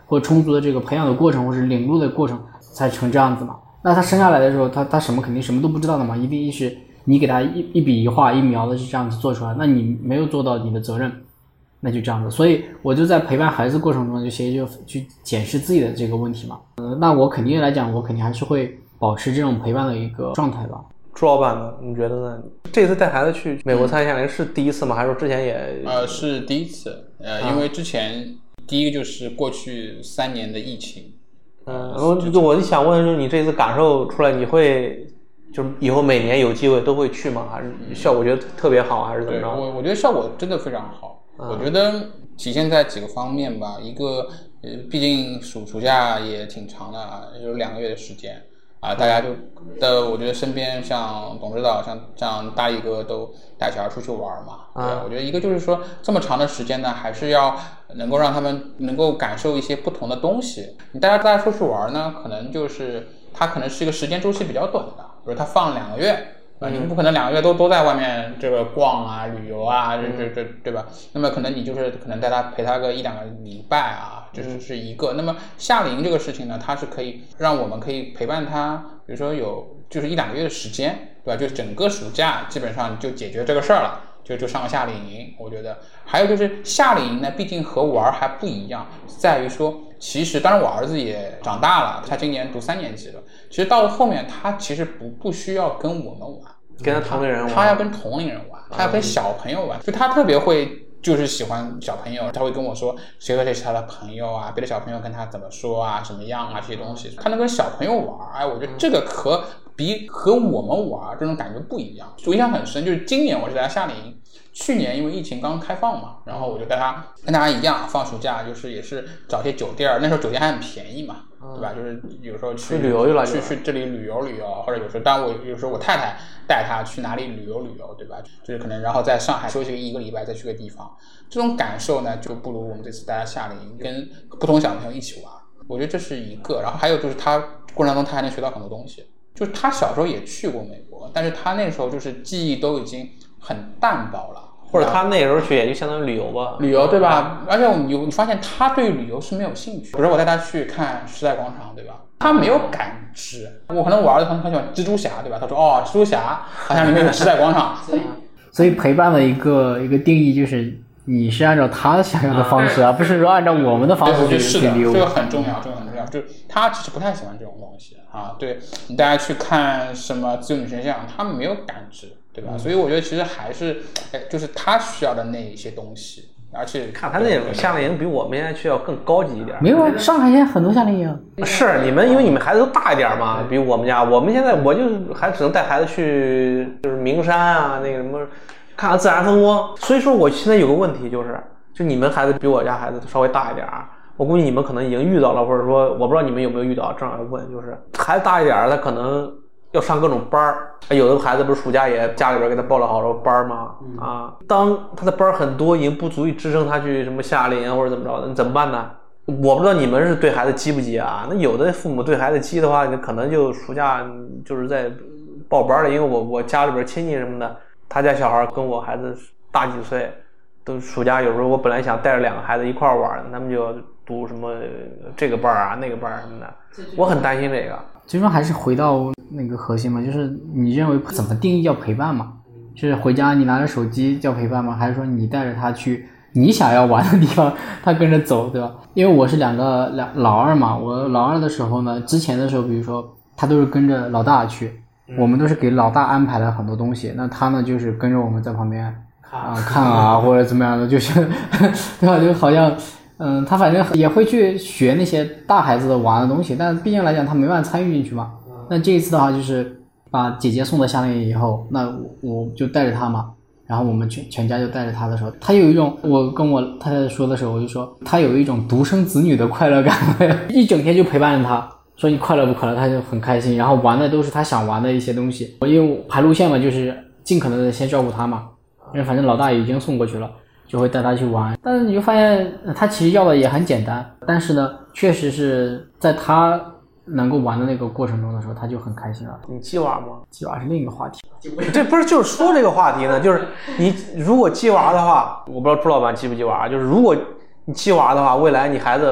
或者充足的这个培养的过程，或者领路的过程，才成这样子嘛。那他生下来的时候，他他什么肯定什么都不知道的嘛，一定是你给他一一笔一画一描的是这样子做出来，那你没有做到你的责任，那就这样子。所以我就在陪伴孩子过程中，就其实就去检视自己的这个问题嘛。呃，那我肯定来讲，我肯定还是会保持这种陪伴的一个状态吧。 朱老板呢？你觉得呢？这次带孩子去美国参加夏令营是第一次吗？还是说之前也？ 呃，是第一次。呃，因为之前第一个就是过去三年的疫情。 嗯，然后我想问，就是你这次感受出来，你会就是以后每年有机会都会去吗？还是效果觉得特别好，还是怎么着？ 我我觉得效果真的非常好。嗯、我觉得体现在几个方面吧。一个，呃，毕竟暑暑假也挺长的啊，有两个月的时间。啊，大家就的，我觉得身边像董指导、像像大力哥都带小孩出去玩嘛。对， 啊、 我觉得一个就是说这么长的时间呢，还是要能够让他们能够感受一些不同的东西。你大家大家出去玩呢，可能就是它可能是一个时间周期比较短的，比如他放两个月。啊，你们不可能两个月都都在外面这个逛啊、旅游啊，这这这对吧？那么可能你就是可能带他陪他个一两个礼拜啊，这是是一个。那么夏令营这个事情呢，它是可以让我们可以陪伴他，比如说有就是一两个月的时间，对吧？就整个暑假基本上就解决这个事儿了，就就上个夏令营。我觉得还有就是夏令营呢，毕竟和玩还不一样，在于说。其实，当然我儿子也长大了，他今年读三年级了。其实到了后面，他其实不不需要跟我们玩， 跟他同龄人玩， 他要跟同龄人玩，他要跟小朋友玩。就他特别会，就是喜欢小朋友，他会跟我说谁和谁是他的朋友啊，别的小朋友跟他怎么说啊，什么样啊，这些东西，他能跟小朋友玩。哎，我觉得这个和比和我们玩这种感觉不一样。我印象很深，就是今年我是在夏令营。去年因为疫情刚开放嘛，然后我就带他跟大家一样放暑假，就是也是找些酒店，那时候酒店还很便宜嘛，对吧？就是有时候去旅游去了， 去去这里旅游旅游，或者有时候，当然我有时候我太太带他去哪里旅游旅游，对吧？就是可能然后在上海休息一个礼拜再去个地方，这种感受呢就不如我们这次带他夏令营跟不同小朋友一起玩，我觉得这是一个。然后还有就是他过程当中他还能学到很多东西，就是他小时候也去过美国，但是他那时候就是记忆都已经很淡薄了。 或者他那时候去也就相当于旅游吧， 旅游对吧？而且你你发现他对旅游是没有兴趣。比如说我带他去看时代广场，对吧？他没有感知。我可能我儿子很很喜欢蜘蛛侠，对吧？他说哦，蜘蛛侠好像里面有时代广场。 所以，所以陪伴的一个一个定义就是你是按照他想要的方式，而、啊、不是说按照我们的方式去去溜。 这个很重要，这个很重要。就是他其实不太喜欢这种东西啊。对你大家去看什么自由女神像，他们没有感知。对吧？所以我觉得其实还是，哎，就是他需要的那一些东西，而且看他那种夏令营比我们现在需要更高级一点。 没有啊，上海现在很多夏令营。 是你们，因为你们孩子都大一点嘛，比我们家。我们现在我就是还只能带孩子去，就是名山啊，那个什么，看看自然风光。所以说我现在有个问题就是，就你们孩子比我家孩子稍微大一点啊。我估计你们可能已经遇到了，或者说我不知道你们有没有遇到，正好要问，就是孩子大一点，他可能。要上各种班儿，有的孩子不是暑假也家里边给他报了好多班儿吗？嗯、啊，当他的班儿很多，已经不足以支撑他去什么夏令营或者怎么着的，你怎么办呢？我不知道你们是对孩子激不激啊？那有的父母对孩子激的话，你可能就暑假就是在报班了，因为我我家里边亲戚什么的，他家小孩跟我孩子大几岁，都暑假有时候我本来想带着两个孩子一块玩，他们就读什么这个班啊那个班什么的，我很担心这个。 最终还是回到那个核心嘛，就是你认为怎么定义叫陪伴嘛？是回家你拿着手机叫陪伴吗？还是说你带着他去你想要玩的地方，他跟着走，对吧？因为我是两个两老二嘛，我老二的时候呢，之前的时候，比如说他都是跟着老大去，我们都是给老大安排了很多东西，那他呢就是跟着我们在旁边啊看啊或者怎么样的，就是对吧？就好像。嗯，他反正也会去学那些大孩子的玩的东西，但毕竟来讲他没办法参与进去嘛。那这一次的话就是把姐姐送到夏令营以后，那我我就带着他嘛，然后我们全全家就带着他的时候，他有一种，我跟我太太说的时候，我就说他有一种独生子女的快乐感，一整天就陪伴着他，说你快乐不快乐，他就很开心，然后玩的都是他想玩的一些东西。因为排路线嘛，就是尽可能的先照顾他嘛，因为反正老大已经送过去了。就会带他去玩，但是你就发现他其实要的也很简单，但是呢，确实是在他能够玩的那个过程中的时候，他就很开心了。 你鸡娃吗？ 鸡娃是另一个话题。 这不是就是说这个话题呢，就是你如果鸡娃的话，我不知道朱老板鸡不鸡娃，就是如果你鸡娃的话，未来你孩子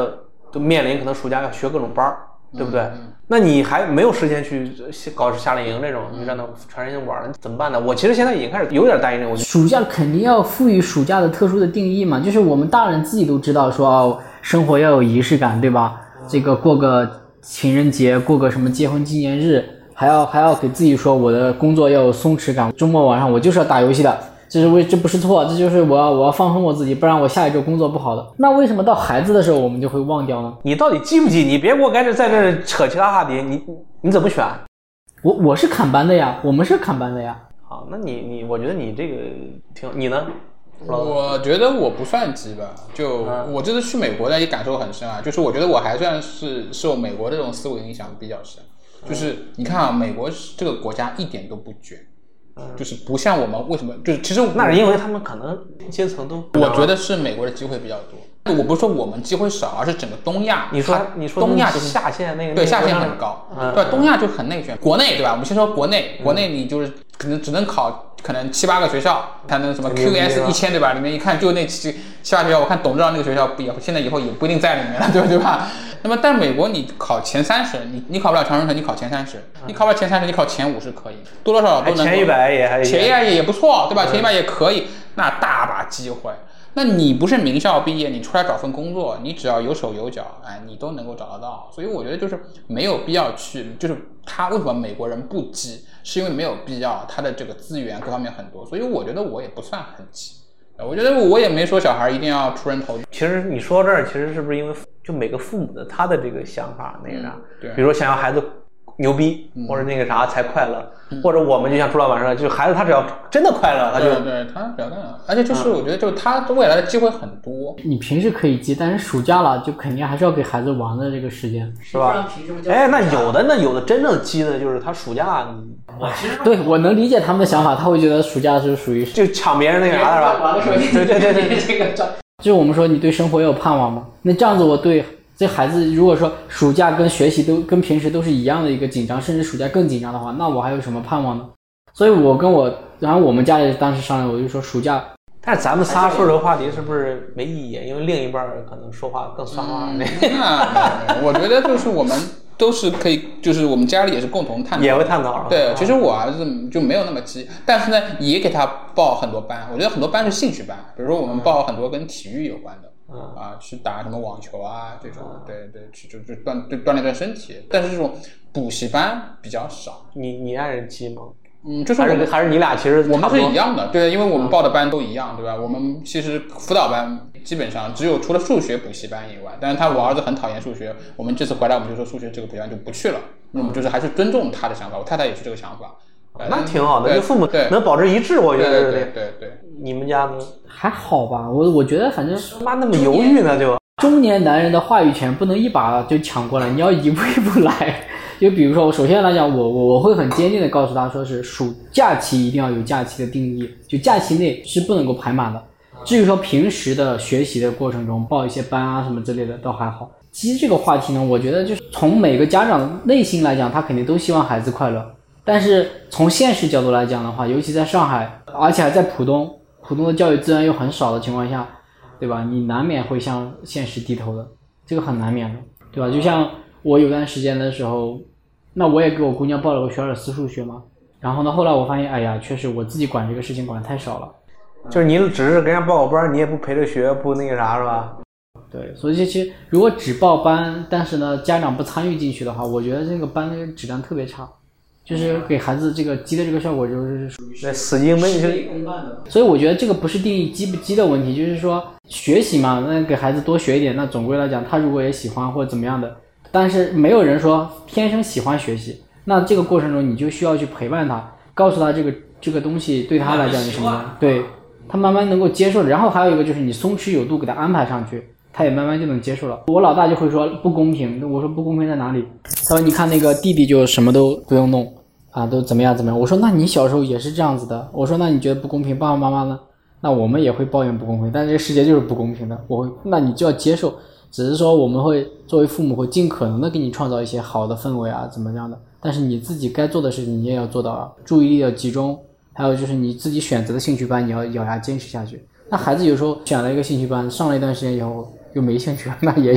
都面临可能暑假要学各种班儿，对不对？嗯、那你还没有时间去搞夏令营这种，你让他全身心玩，怎么办呢？我其实现在已经开始有点担心这个问题。 暑假肯定要赋予暑假的特殊的定义嘛，就是我们大人自己都知道说哦，生活要有仪式感，对吧？这个过个情人节，过个什么结婚纪念日，还要还要给自己说我的工作要有松弛感，周末晚上我就是要打游戏的。这是为这不是错，这就是我要我要放松我自己，不然我下一周工作不好的。那为什么到孩子的时候我们就会忘掉呢？ 你到底记不记？你别给我在这在这扯其他话题，你你怎么选？ 我我是砍班的呀，我们是砍班的呀。 好，那你你我觉得你这个挺你呢？ 我觉得我不算鸡吧，就、嗯、我这次去美国呢也感受很深啊，就是我觉得我还算是受美国的这种思维影响比较深，就是你看啊，美国这个国家一点都不卷。就是不像我们为什么就是其实那是因为他们可能阶层都， 我觉得是美国的机会比较多。我不是说我们机会少，而是整个东亚。 你说你说东亚就是下限那个对下限很高，嗯、对东亚就很内卷。国内对吧？我们先说国内，国内你就是可能只能考可能七八个学校才能什么 Q S 一千对吧？里面一看就那七七八学校，我看董事长那个学校不也现在以后也不一定在里面了，对吧？对吧？那么，但美国你考前三十，你你考不了常春藤，你考前三十，你考不了前三十，你考前五十可以，多多少少都能。 前一百也还前一百也也不错，对吧？前一百也可以，那大把机会。那你不是名校毕业，你出来找份工作，你只要有手有脚，哎，你都能够找得到。所以我觉得就是没有必要去，就是他为什么美国人不急，是因为没有必要，他的这个资源各方面很多，所以我觉得我也不算很急。我觉得我也没说小孩一定要出人头地。 其实你说这儿，其实是不是因为就每个父母的他的这个想法那个啥、嗯， 对， 比如说想要孩子牛逼、嗯、或者那个啥才快乐、嗯，或者我们就像朱老板说的，就孩子他只要真的快乐，他就对对，他只要快乐，而且就是我觉得就是他未来的机会很多。 你平时可以急，但是暑假了就肯定还是要给孩子玩的这个时间， 是吧？哎，那有的那有的真正急的就是他暑假。 我其实对我能理解他们的想法，他会觉得暑假是属于就抢别人那个啥的是吧？对对对对，这个就是我们说你对生活也有盼望嘛。那这样子，我对这孩子如果说暑假跟学习都跟平时都是一样的一个紧张，甚至暑假更紧张的话，那我还有什么盼望呢？所以我跟我，然后我们家里当时商量，我就说暑假。 但是咱们仨说这个话题是不是没意义？因为另一半可能说话更算话。 嗯、那我觉得就是我们。都是可以，就是我们家里也是共同探讨， 也会探讨。 对，其实我儿子就没有那么急，但是呢，也给他报很多班。我觉得很多班是兴趣班，比如说我们报很多跟体育有关的，嗯、啊，去打什么网球啊这种，对对，去就就锻对锻炼锻身体。但是这种补习班比较少。 你你爱人急吗？ 嗯，就是我们还是你俩其实我们是一样的，对，因为我们报的班都一样，对吧？我们其实辅导班基本上只有除了数学补习班以外，但是他我儿子很讨厌数学，我们这次回来我们就说数学这个补习班就不去了，那我们就是还是尊重他的想法，我太太也是这个想法， 那挺好的，就父母能保持一致，我觉得对对对对对。 你们家呢？ 还好吧，我我觉得反正妈那么犹豫呢，就中年男人的话语权不能一把就抢过来，你要一步一步来。就比如说，我首先来讲，我我我会很坚定的告诉他说，是暑假期一定要有假期的定义，就假期内是不能够排满的。至于说平时的学习的过程中报一些班啊什么之类的都还好。其实这个话题呢，我觉得就是从每个家长内心来讲，他肯定都希望孩子快乐。但是从现实角度来讲的话，尤其在上海，而且还在浦东，浦东的教育资源又很少的情况下，对吧？你难免会向现实低头的，这个很难免的，对吧？就像我有段时间的时候，那我也给我姑娘报了个学而思数学嘛。然后呢，后来我发现，哎呀，确实我自己管这个事情管得太少了。 就是你只是给人家报个班，你也不陪着学，不那个啥是吧？ 对，所以其实如果只报班，但是呢家长不参与进去的话，我觉得这个班的质量特别差，就是给孩子这个积的这个效果就是属于死记硬背事倍功半的。所以我觉得这个不是定义积不积的问题，就是说学习嘛，那给孩子多学一点，那总归来讲，他如果也喜欢或者怎么样的，但是没有人说天生喜欢学习，那这个过程中你就需要去陪伴他，告诉他这个这个东西对他来讲是什么，对。他慢慢能够接受，然后还有一个就是你松弛有度给他安排上去，他也慢慢就能接受了。我老大就会说不公平，我说不公平在哪里？他说你看那个弟弟就什么都不用弄啊，都怎么样怎么样。我说那你小时候也是这样子的。我说那你觉得不公平，爸爸妈妈呢？那我们也会抱怨不公平，但这个世界就是不公平的。我会，那你就要接受，只是说我们会作为父母会尽可能的给你创造一些好的氛围啊，怎么样的。但是你自己该做的事情你也要做到啊，注意力要集中。还有就是你自己选择的兴趣班，你要咬牙坚持下去。那孩子有时候选了一个兴趣班，上了一段时间以后又没兴趣了，那也有啊。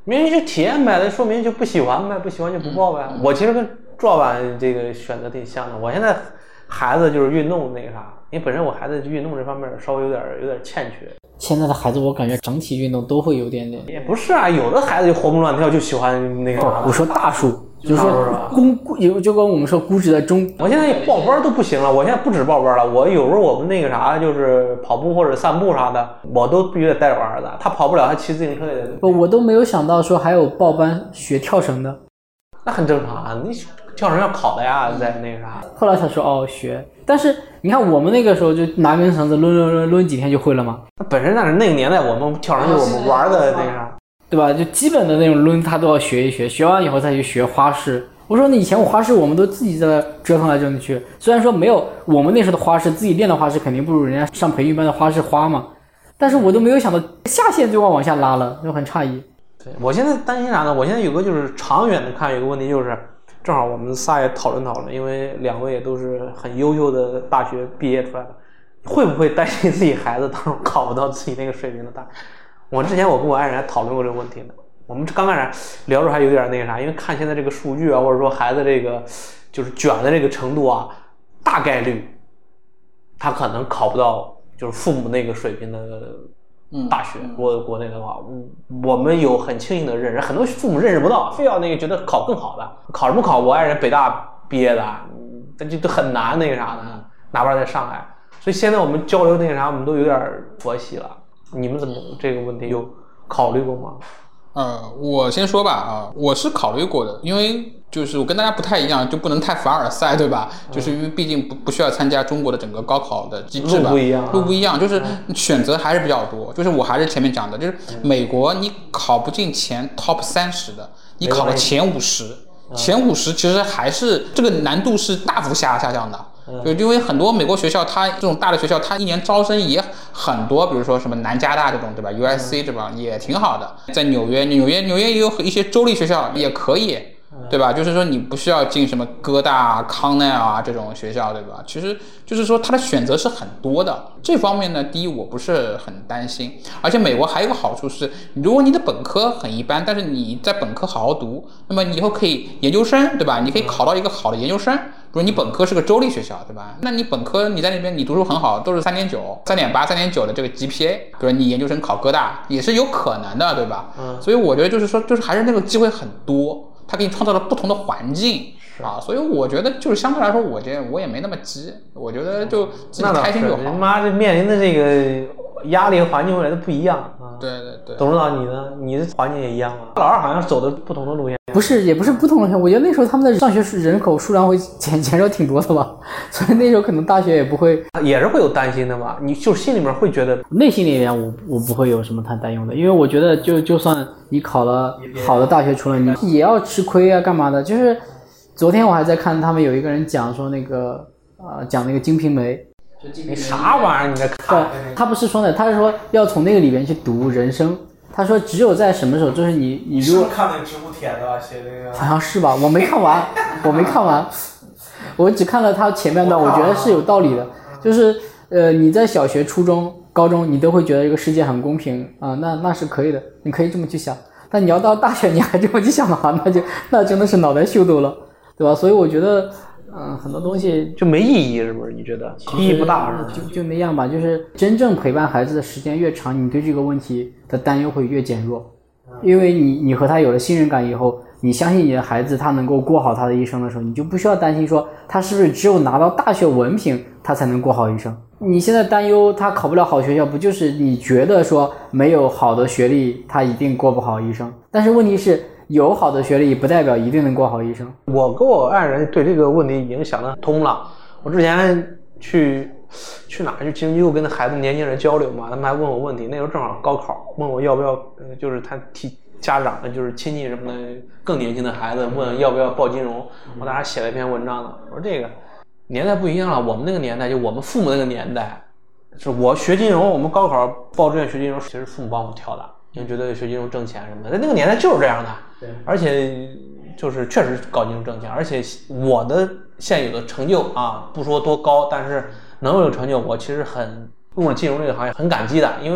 没人去体验呗，那说明就不喜欢呗，不喜欢就不报呗。嗯、我其实跟朱老板这个选择挺像的。我现在孩子就是运动那个啥，因为本身我孩子运动这方面稍微有点有点欠缺。 现在的孩子我感觉整体运动都会有点点。 也不是啊，有的孩子就活蹦乱跳，就喜欢那个。 哦、我说大数。就是说估有就跟我们说估值的中， 我现在报班都不行了，我现在不止报班了，我有时候我们那个啥就是跑步或者散步啥的，我都必须得带着我儿子，他跑不了，他骑自行车也得。 不，我都没有想到说还有报班学跳绳的， 那很正常啊，你跳绳要考的呀，在那个啥。 后来才说哦学，但是你看我们那个时候就拿根绳子抡抡抡抡几天就会了吗？ 那本身那是那个年代我们跳绳就是我们玩的那个啥。 对吧？就基本的那种抡，他都要学一学，学完以后再去学花式。我说，那以前我花式我们都自己在那折腾来折腾去，虽然说没有我们那时候的花式，自己练的花式肯定不如人家上培训班的花式花嘛，但是我都没有想到下限就要往下拉了，就很诧异。 对，我现在担心啥呢？我现在有个就是长远的看，有个问题就是，正好我们仨也讨论讨论，因为两位也都是很优秀的大学毕业出来的，会不会担心自己孩子到时候考不到自己那个水平的大学？我之前我跟我爱人还讨论过这个问题呢。我们刚开始聊着还有点那个啥，因为看现在这个数据啊，或者说孩子这个就是卷的这个程度啊，大概率他可能考不到就是父母那个水平的大学。如果国内的话，我们有很轻易的认识，很多父母认识不到，非要那个觉得考更好的，考什么考？我爱人北大毕业的，这就很难那个啥的，哪怕在上海。所以现在我们交流那个啥，我们都有点佛系了。你们怎么这个问题有考虑过吗？ 呃，我先说吧啊，我是考虑过的，因为就是我跟大家不太一样，就不能太凡尔赛，对吧？嗯、就是因为毕竟不不需要参加中国的整个高考的机制吧， 路不一样、啊， 路不一样，就是选择还是比较多。就是我还是前面讲的，就是美国你考不进前 top 三十的，你考个前五十，前五十其实还是这个难度是大幅下下降的。就因为很多美国学校，它这种大的学校，它一年招生也很多，比如说什么南加大这种，对吧 ？U S C 对吧，也挺好的。在纽约，纽约纽约也有一些州立学校也可以，对吧？就是说你不需要进什么哥大、康奈尔啊这种学校，对吧？其实就是说它的选择是很多的。这方面呢，第一我不是很担心，而且美国还有一个好处是，如果你的本科很一般，但是你在本科好好读，那么你以后可以研究生，对吧？你可以考到一个好的研究生。比如你本科是个州立学校，对吧？那你本科你在那边你读书很好，都是三点九、三点八、三点九的这个 G P A， 比如你研究生考哥大也是有可能的，对吧？嗯。所以我觉得就是说，就是还是那个机会很多，它给你创造了不同的环境啊。所以我觉得就是相对来说，我觉得我也没那么急，我觉得就自己开心就好。 你妈这面临的这个压力和环境未来都不一样啊。 对对对。 董事长你呢？你的环境也一样吗？老二好像走的不同的路线。 不是，也不是不同的路线。我觉得那时候他们的上学人口数量会减减少挺多的吧，所以那时候可能大学也不会， 也是会有担心的吧？你就心里面会觉得， 内心里面我我不会有什么太担忧的，因为我觉得就就算你考了好的大学出来，你也要吃亏啊，干嘛的？就是昨天我还在看他们有一个人讲说那个呃讲那个《金瓶梅》。 你啥玩意儿？你在看？ 他不是说呢，他是说要从那个里边去读人生。他说只有在什么时候，就是你你如果看那个知乎帖子吧，写那个好像是吧，我没看完，我没看完，我只看了他前面段，我觉得是有道理的，就是呃你在小学、初中、高中，你都会觉得这个世界很公平啊、呃，那那是可以的，你可以这么去想。但你要到大学你还这么去想的话，那就那真的是脑袋秀逗了，对吧？所以我觉得。嗯，很多东西就没意义，是不是？你觉得意义不大是吧？ 就就那样吧。就是真正陪伴孩子的时间越长，你对这个问题的担忧会越减弱，因为你你和他有了信任感以后，你相信你的孩子他能够过好他的一生的时候，你就不需要担心说他是不是只有拿到大学文凭他才能过好一生。你现在担忧他考不了好学校，不就是你觉得说没有好的学历他一定过不好一生？但是问题是。有好的学历不代表一定能过好一生。 我跟我爱人对这个问题已经想得通了。我之前去去哪去金融机构跟那孩子年轻人交流嘛，他们还问我问题。那时候正好高考，问我要不要，就是他替家长的，就是亲戚什么的，更年轻的孩子问要不要报金融。我当时写了一篇文章呢，我说这个年代不一样了，我们那个年代就我们父母那个年代，是我学金融，我们高考报志愿学金融，其实父母帮我们挑的。因为觉得学金融挣钱什么的，在那个年代就是这样的，对，而且就是确实搞金融挣钱，而且我的现有的成就啊，不说多高，但是能有成就，我其实很用了金融这个行业很感激的，因为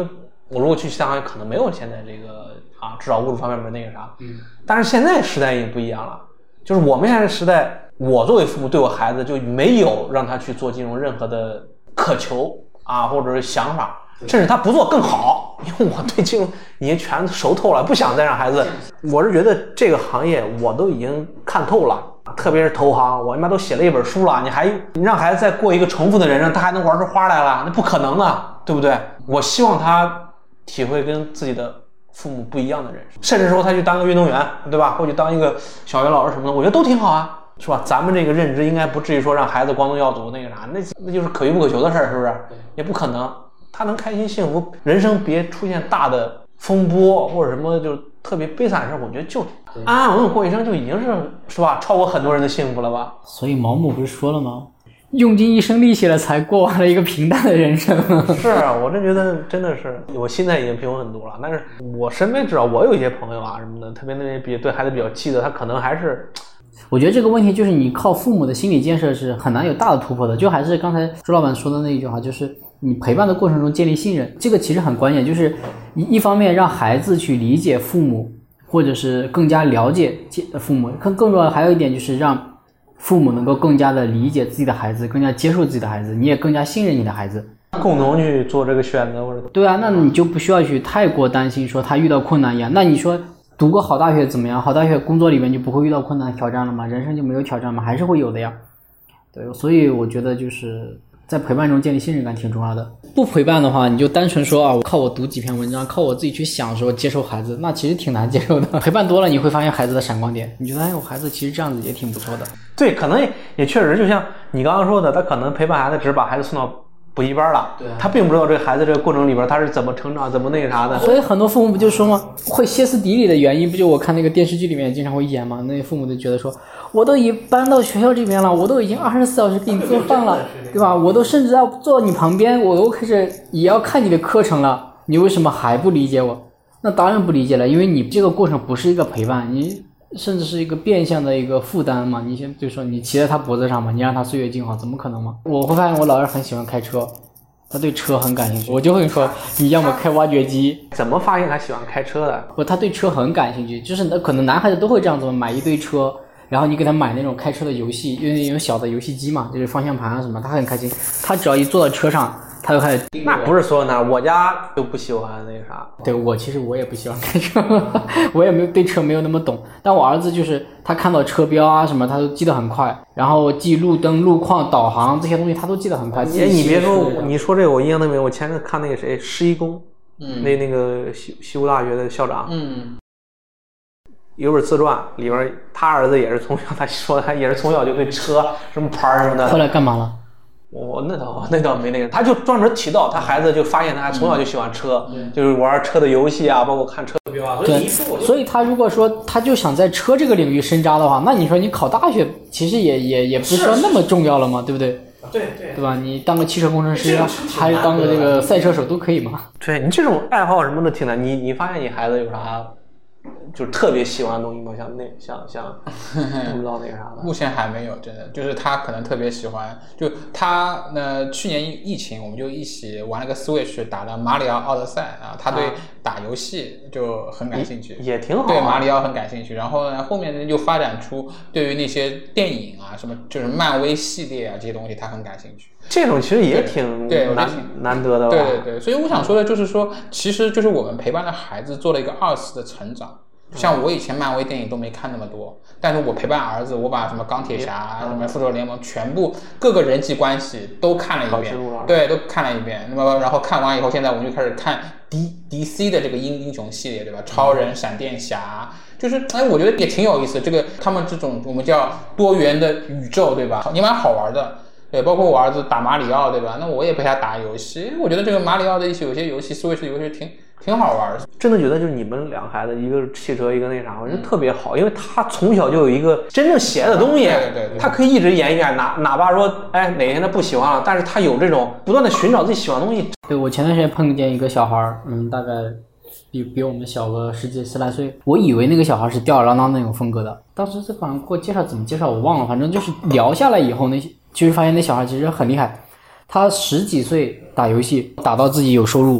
我如果去其他行业，可能没有现在这个啊，至少物质方面没那个啥。嗯。但是现在时代已经不一样了，就是我们现在时代，我作为父母对我孩子就没有让他去做金融任何的渴求啊，或者是想法，甚至他不做更好，因为我对金融已经全熟透了，不想再让孩子。我是觉得这个行业我都已经看透了。特别是投行，我他妈都写了一本书了，你还你让孩子再过一个重复的人生，他还能玩出花来了？那不可能的，对不对？我希望他体会跟自己的父母不一样的人生，甚至说他去当个运动员，对吧？或者当一个小学老师什么的，我觉得都挺好啊，是吧？咱们这个认知应该不至于说让孩子光宗耀祖那个啥，那那就是可遇不可求的事儿，是不是？也不可能，他能开心幸福，人生别出现大的风波或者什么就特别悲惨的事儿，我觉得就安安稳稳过一生就已经是是吧，超过很多人的幸福了吧？ 所以毛姆不是说了吗？用尽一生力气了，才过完了一个平淡的人生。 是啊，我真觉得真的是，我心态已经平稳很多了。但是我身边至少我有一些朋友啊什么的，特别那些比对孩子比较气的，他可能还是。 我觉得这个问题就是你靠父母的心理建设是很难有大的突破的。就还是刚才朱老板说的那一句话，就是你陪伴的过程中建立信任，这个其实很关键。就是一一方面让孩子去理解父母，或者是更加了解父母，更更重要还有一点就是让父母能够更加的理解自己的孩子，更加接受自己的孩子，你也更加信任你的孩子， 共同去做这个选择或者。 对啊，那你就不需要去太过担心说他遇到困难一样。那你说读个好大学怎么样？好大学工作里面就不会遇到困难挑战了吗？人生就没有挑战吗？还是会有的呀。对，所以我觉得就是在陪伴中建立信任感挺重要的。不陪伴的话，你就单纯说啊，我靠我读几篇文章，靠我自己去想说接受孩子，那其实挺难接受的。陪伴多了，你会发现孩子的闪光点，你觉得哎，我孩子其实这样子也挺不错的。 对，可能 也, 也确实就像你刚刚说的，他可能陪伴孩子只是把孩子送到补习班了，对、啊，他并不知道这个孩子这个过程里边他是怎么成长，怎么那个啥的。 所以很多父母不就说吗？会歇斯底里的原因，不就我看那个电视剧里面经常会演吗？那些父母就觉得说，我都已经搬到学校这边了，我都已经二十四小时给你做饭了，对吧？我都甚至要坐你旁边，我都开始也要看你的课程了，你为什么还不理解我？那当然不理解了，因为你这个过程不是一个陪伴，你甚至是一个变相的一个负担嘛。你先就说你骑在他脖子上嘛，你让他岁月静好，怎么可能嘛？我会发现我老二很喜欢开车，他对车很感兴趣，我就会说你要么开挖掘机。 怎么发现他喜欢开车的？ 不，他对车很感兴趣，就是可能男孩子都会这样子，买一堆车，然后你给他买那种开车的游戏，因为有小的游戏机嘛，就是方向盘啊什么，他很开心。他只要一坐到车上，他就开始。 那不是所有男，我家就不喜欢那个啥。 对，我其实我也不喜欢开车，我也没有对车没有那么懂。但我儿子就是他看到车标啊什么，他都记得很快，然后记路灯、路况、导航这些东西他都记得很快。 哎，你别说，你说这个我印象特别，我前阵看那个谁施一公，嗯，那那个西西湖大学的校长，嗯。有本自传里边，他儿子也是从小，他说他也是从小就对车什么牌什么的。 后来干嘛了？ 我、哦、那倒那倒没那个，他就专门提到他孩子就发现他从小就喜欢车，嗯、就是玩车的游戏啊，包括看车标啊。 对，所以他如果说他就想在车这个领域深扎的话，那你说你考大学其实也也也不是说那么重要了嘛，对不对？ 对对， 对吧？你当个汽车工程师，还是当个这个赛车手都可以嘛。 对，你这种爱好什么的挺难。你你发现你孩子有啥？就是特别喜欢的东西吗？像那像像不知道那个啥的。 目前还没有，真的就是他可能特别喜欢，就他呢，去年疫情我们就一起玩了个 Switch 打了马里奥奥德赛啊，他对打游戏就很感兴趣， 也, 也挺好、啊。 对马里奥很感兴趣，然后呢，后面呢就发展出对于那些电影啊，什么就是漫威系列啊这些东西他很感兴趣。 这种其实也挺对难难得的吧？ 对对对，所以我想说的就是说，其实就是我们陪伴了孩子做了一个二次的成长。像我以前漫威电影都没看那么多，但是我陪伴儿子，我把什么钢铁侠、什么复仇者联盟全部各个人际关系都看了一遍，对，都看了一遍。那么然后看完以后，现在我们就开始看 D D C 的这个英英雄系列，对吧？超人、闪电侠，就是哎，我觉得也挺有意思。这个他们这种我们叫多元的宇宙，对吧？也蛮好玩的。对，包括我儿子打马里奥，对吧？那我也陪他打游戏，我觉得这个马里奥的一些有些游戏 Switch 游戏挺挺好玩的。 真的觉得就是你们两个孩子，一个汽车，一个那啥，我觉得特别好，因为他从小就有一个真正喜爱的东西， 对对对， 他可以一直研一研，哪哪怕说哎哪天他不喜欢了，但是他有这种不断的寻找自己喜欢的东西。 对，我前段时间碰见一个小孩，嗯，大概比比我们小个十几十来岁，我以为那个小孩是吊儿郎当那种风格的，当时这反正给我介绍怎么介绍我忘了，反正就是聊下来以后那些。其实发现那小孩其实很厉害，他十几岁打游戏打到自己有收入，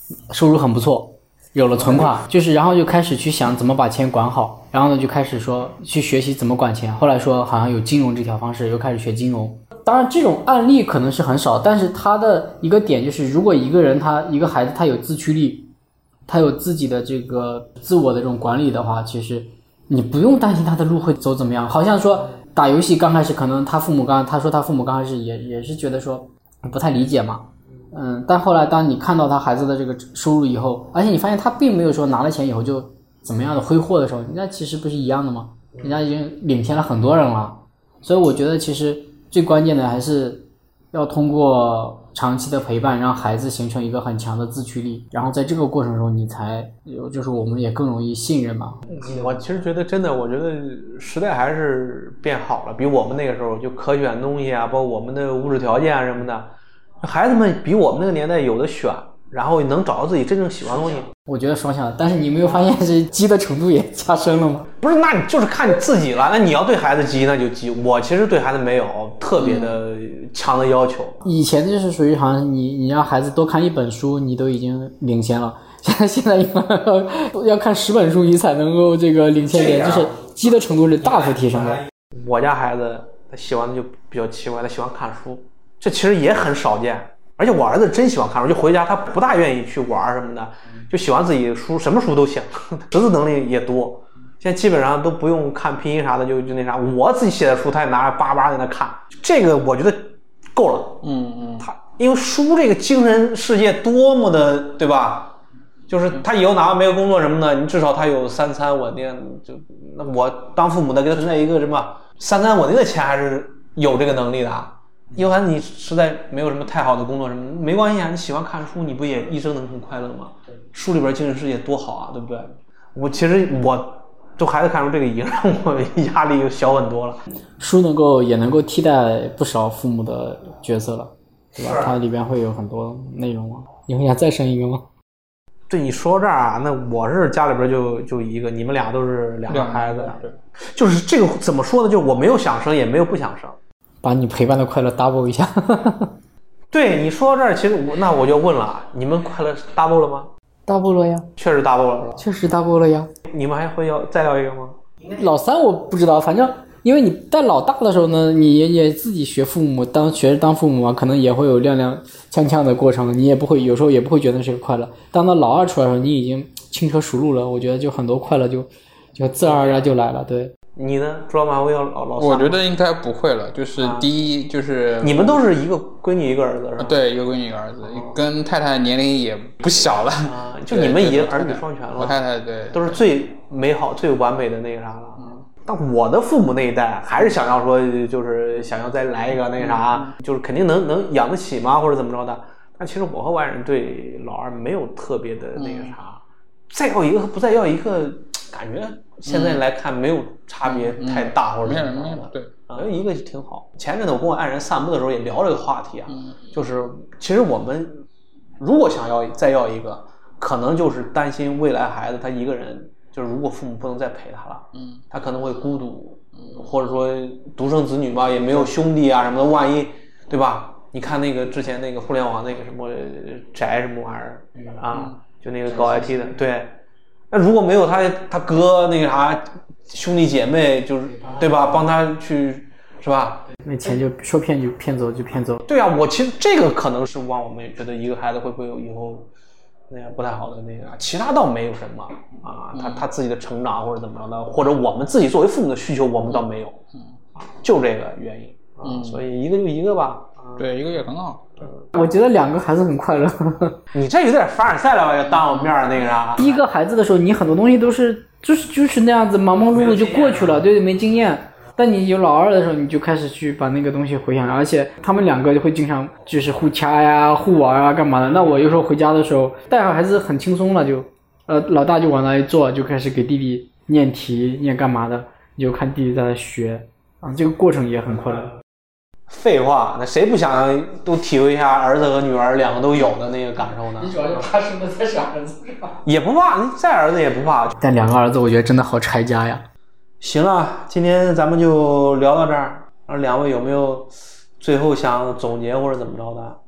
收入很不错，有了存款，就是然后就开始去想怎么把钱管好，然后呢就开始说去学习怎么管钱，后来说好像有金融这条方式，又开始学金融。当然这种案例可能是很少，但是他的一个点就是，如果一个人他一个孩子他有自驱力，他有自己的这个自我的这种管理的话，其实你不用担心他的路会走怎么样。好像说打游戏刚开始可能他父母刚他说他父母刚开始也也是觉得说不太理解嘛，嗯，但后来当你看到他孩子的这个收入以后，而且你发现他并没有说拿了钱以后就怎么样的挥霍的时候，人家其实不是一样的吗？人家已经领先了很多人了。所以我觉得其实最关键的还是要通过长期的陪伴，让孩子形成一个很强的自驱力，然后在这个过程中你才有，就是我们也更容易信任嘛。 我其实觉得真的，我觉得时代还是变好了，比我们那个时候就可选东西啊，包括我们的物质条件啊什么的，孩子们比我们那个年代有的选，然后能找到自己真正喜欢的东西。 我觉得双向，但是你没有发现这激的程度也加深了吗？ 不是，那你就是看你自己了。那你要对孩子激，那就激。我其实对孩子没有特别的强的要求。 嗯、以前就是属于好像你你让孩子多看一本书，你都已经领先了。现在现在要要看十本书，你才能够这个领先点，就是激的程度是大幅提升的。 我家孩子他喜欢的就比较奇怪，他喜欢看书，这其实也很少见。而且我儿子真喜欢看书，就回家他不大愿意去玩什么的，就喜欢自己书，什么书都行，识字能力也多。现在基本上都不用看拼音啥的，就就那啥，我自己写的书他也拿着叭叭在那看，这个我觉得够了。 嗯嗯， 他因为书这个精神世界多么的，对吧？就是他以后哪怕没有工作什么的，你至少他有三餐稳定。就那我当父母的给他存在一个什么三餐稳定的钱，还是有这个能力的。有可能你实在没有什么太好的工作什么的，没关系啊，你喜欢看书，你不也一生能很快乐吗？书里边精神世界多好啊，对不对？我其实我对孩子看书这个已经让我压力小很多了。 书能够也能够替代不少父母的角色了，对吧？它里边会有很多内容啊。你会想再生一个吗？ 对，你说到这儿啊，那我是家里边就就一个，你们俩都是两个孩子， 对， 就是这个怎么说呢？就我没有想生，也没有不想生。 把你陪伴的快乐 double 一下。 对，你说到这儿，其实我那我就问了，你们快乐 double 了吗？ double 了呀， 确实 double 了， 确实 double 了呀。 你们还会要再要一个吗？ 老三我不知道，反正因为你带老大的时候呢，你也也自己学父母，当学当父母嘛，可能也会有踉踉跄跄的过程，你也不会有时候也不会觉得是个快乐。当到老二出来的时候，你已经轻车熟路了，我觉得就很多快乐就就自然而然就来了。对。 你呢？朱老板会要老老三？ 我觉得应该不会了。就是第一，啊、就是你们都是一个闺女一个儿子是吧？ 对，一个闺女一个儿子，哦、跟太太年龄也不小了。 啊，就你们已经儿女双全了。 我太太对， 都是最美好、最完美的那个啥了。嗯。但我的父母那一代还是想要说，就是想要再来一个那个啥，嗯、就是肯定能能养得起嘛，或者怎么着的。但其实我和外人对老二没有特别的那个啥，嗯、再要一个和不再要一个，感觉。现在来看没有差别太大，嗯、或者没有没有对啊，一个就挺好。前阵子我跟我爱人散步的时候也聊这个话题啊，嗯、就是其实我们如果想要再要一个，可能就是担心未来孩子他一个人，就是如果父母不能再陪他了，嗯，他可能会孤独，嗯、或者说独生子女嘛，也没有兄弟啊什么的，万一对吧？你看那个之前那个互联网那个什么宅什么玩意儿啊，就那个搞 I T 的，对。那如果没有他他哥那个啥兄弟姐妹，就是对吧，帮他去是吧？ 那钱就说骗就骗走就骗走。 对啊，我其实这个可能是让我们觉得一个孩子会不会有以后那样不太好的那个，其他倒没有什么啊，他他自己的成长或者怎么着的，或者我们自己作为父母的需求我们倒没有，啊，就这个原因啊，所以一个就一个吧。 对，一个也很好。 我觉得两个孩子很快乐。 你这有点凡尔赛了吧？要当我面那个啥。 第一个孩子的时候，你很多东西都是就是就是那样子忙忙碌碌就过去了，对对，没经验。但你有老二的时候，你就开始去把那个东西回想，而且他们两个就会经常就是互掐呀、互玩啊、干嘛的。那我有时候回家的时候，带好孩子很轻松了，就呃老大就往那一坐，就开始给弟弟念题、念干嘛的，你就看弟弟在那学啊，这个过程也很快乐。 废话，那谁不想都体会一下儿子和女儿两个都有的那个感受呢？ 你主要就怕生的再是儿子是吧？ 也不怕，你再儿子也不怕。 但两个儿子，我觉得真的好拆家呀。 行了，今天咱们就聊到这儿。两位有没有最后想总结或者怎么着的？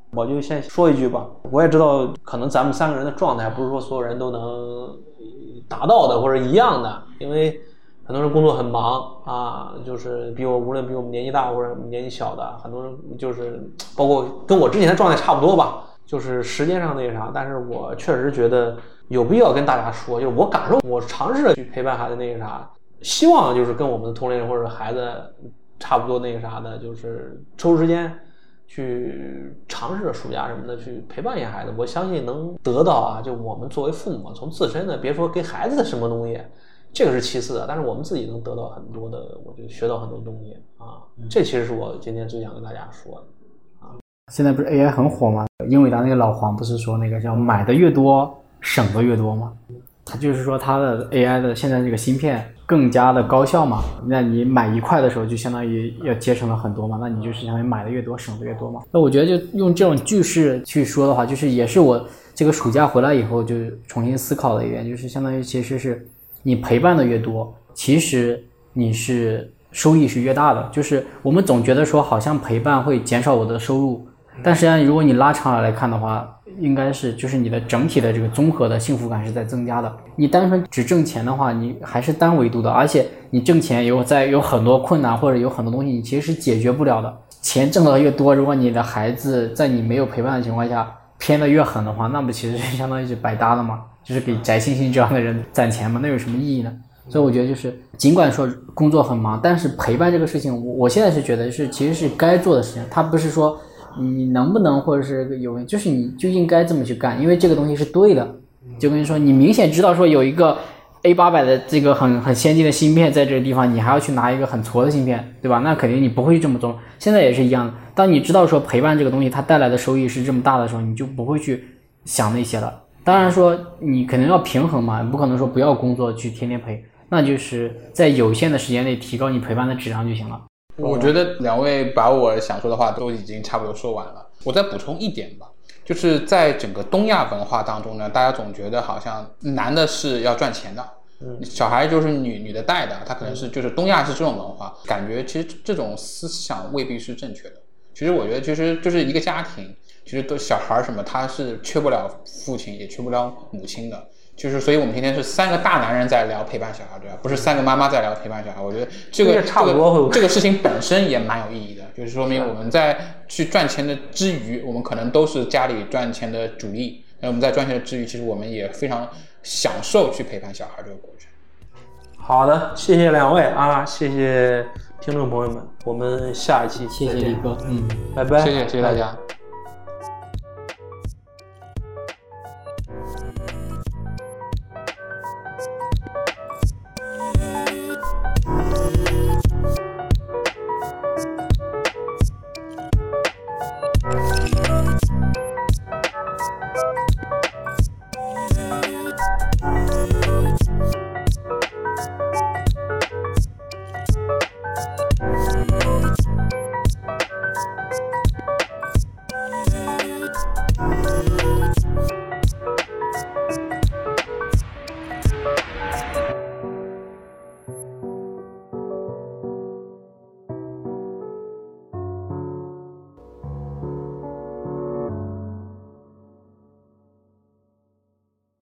我就先说一句吧，我也知道可能咱们三个人的状态不是说所有人都能达到的或者一样的，因为很多人工作很忙啊，就是比我无论比我们年纪大或者年纪小的，很多人就是包括跟我之前的状态差不多吧，就是时间上那个啥，但是我确实觉得有必要跟大家说，就是我感受，我尝试着去陪伴孩子那个啥，希望就是跟我们的同龄人或者孩子差不多那个啥的，就是抽出时间去尝试着暑假什么的去陪伴一下孩子，我相信能得到啊，就我们作为父母从自身的，别说给孩子的什么东西，这个是其次的，但是我们自己能得到很多的，我就学到很多东西啊，这其实是我今天最想跟大家说的啊。 现在不是 A I 很火吗？英伟达那个老黄不是说那个叫买的越多省的越多吗？他就是说他的 A I 的现在这个芯片更加的高效嘛，那你买一块的时候就相当于要节省了很多嘛，那你就是相当于买的越多省的越多嘛。那我觉得就用这种句式去说的话，就是也是我这个暑假回来以后就重新思考的一点，就是相当于其实是你陪伴的越多，其实你是收益是越大的。就是我们总觉得说好像陪伴会减少我的收入，但实际上如果你拉长来看的话，应该是就是你的整体的这个综合的幸福感是在增加的。你单纯只挣钱的话，你还是单维度的，而且你挣钱有在有很多困难或者有很多东西你其实是解决不了的。钱挣得越多，如果你的孩子在你没有陪伴的情况下偏得越狠的话，那不其实是相当于是白搭的嘛，就是给翟星星这样的人攒钱嘛，那有什么意义呢？所以我觉得就是尽管说工作很忙，但是陪伴这个事情我我现在是觉得是其实是该做的事情，它不是说你能不能或者是有，就是你就应该这么去干，因为这个东西是对的。就跟你说，你明显知道说有一个 A 八百 的这个很很先进的芯片在这个地方，你还要去拿一个很矬的芯片，对吧？那肯定你不会去这么做。现在也是一样的，当你知道说陪伴这个东西它带来的收益是这么大的时候，你就不会去想那些了。当然说你肯定要平衡嘛，不可能说不要工作去天天陪，那就是在有限的时间内提高你陪伴的质量就行了。 我觉得两位把我想说的话都已经差不多说完了，我再补充一点吧，就是在整个东亚文化当中呢，大家总觉得好像男的是要赚钱的，嗯，小孩就是女女的带的，他可能是就是东亚是这种文化，感觉其实这种思想未必是正确的。其实我觉得其实就是一个家庭，其实都小孩什么他是缺不了父亲也缺不了母亲的。就是所以我们今天是三个大男人在聊陪伴小孩，对吧？不是三个妈妈在聊陪伴小孩。我觉得这个差不多、这个、 这个事情本身也蛮有意义的，就是说明我们在去赚钱的之余，我们可能都是家里赚钱的主力。那我们在赚钱的之余，其实我们也非常享受去陪伴小孩这个过程。 好的，谢谢两位啊，谢谢听众朋友们，我们下一期谢谢李哥，嗯， 拜拜， 谢谢谢谢大家。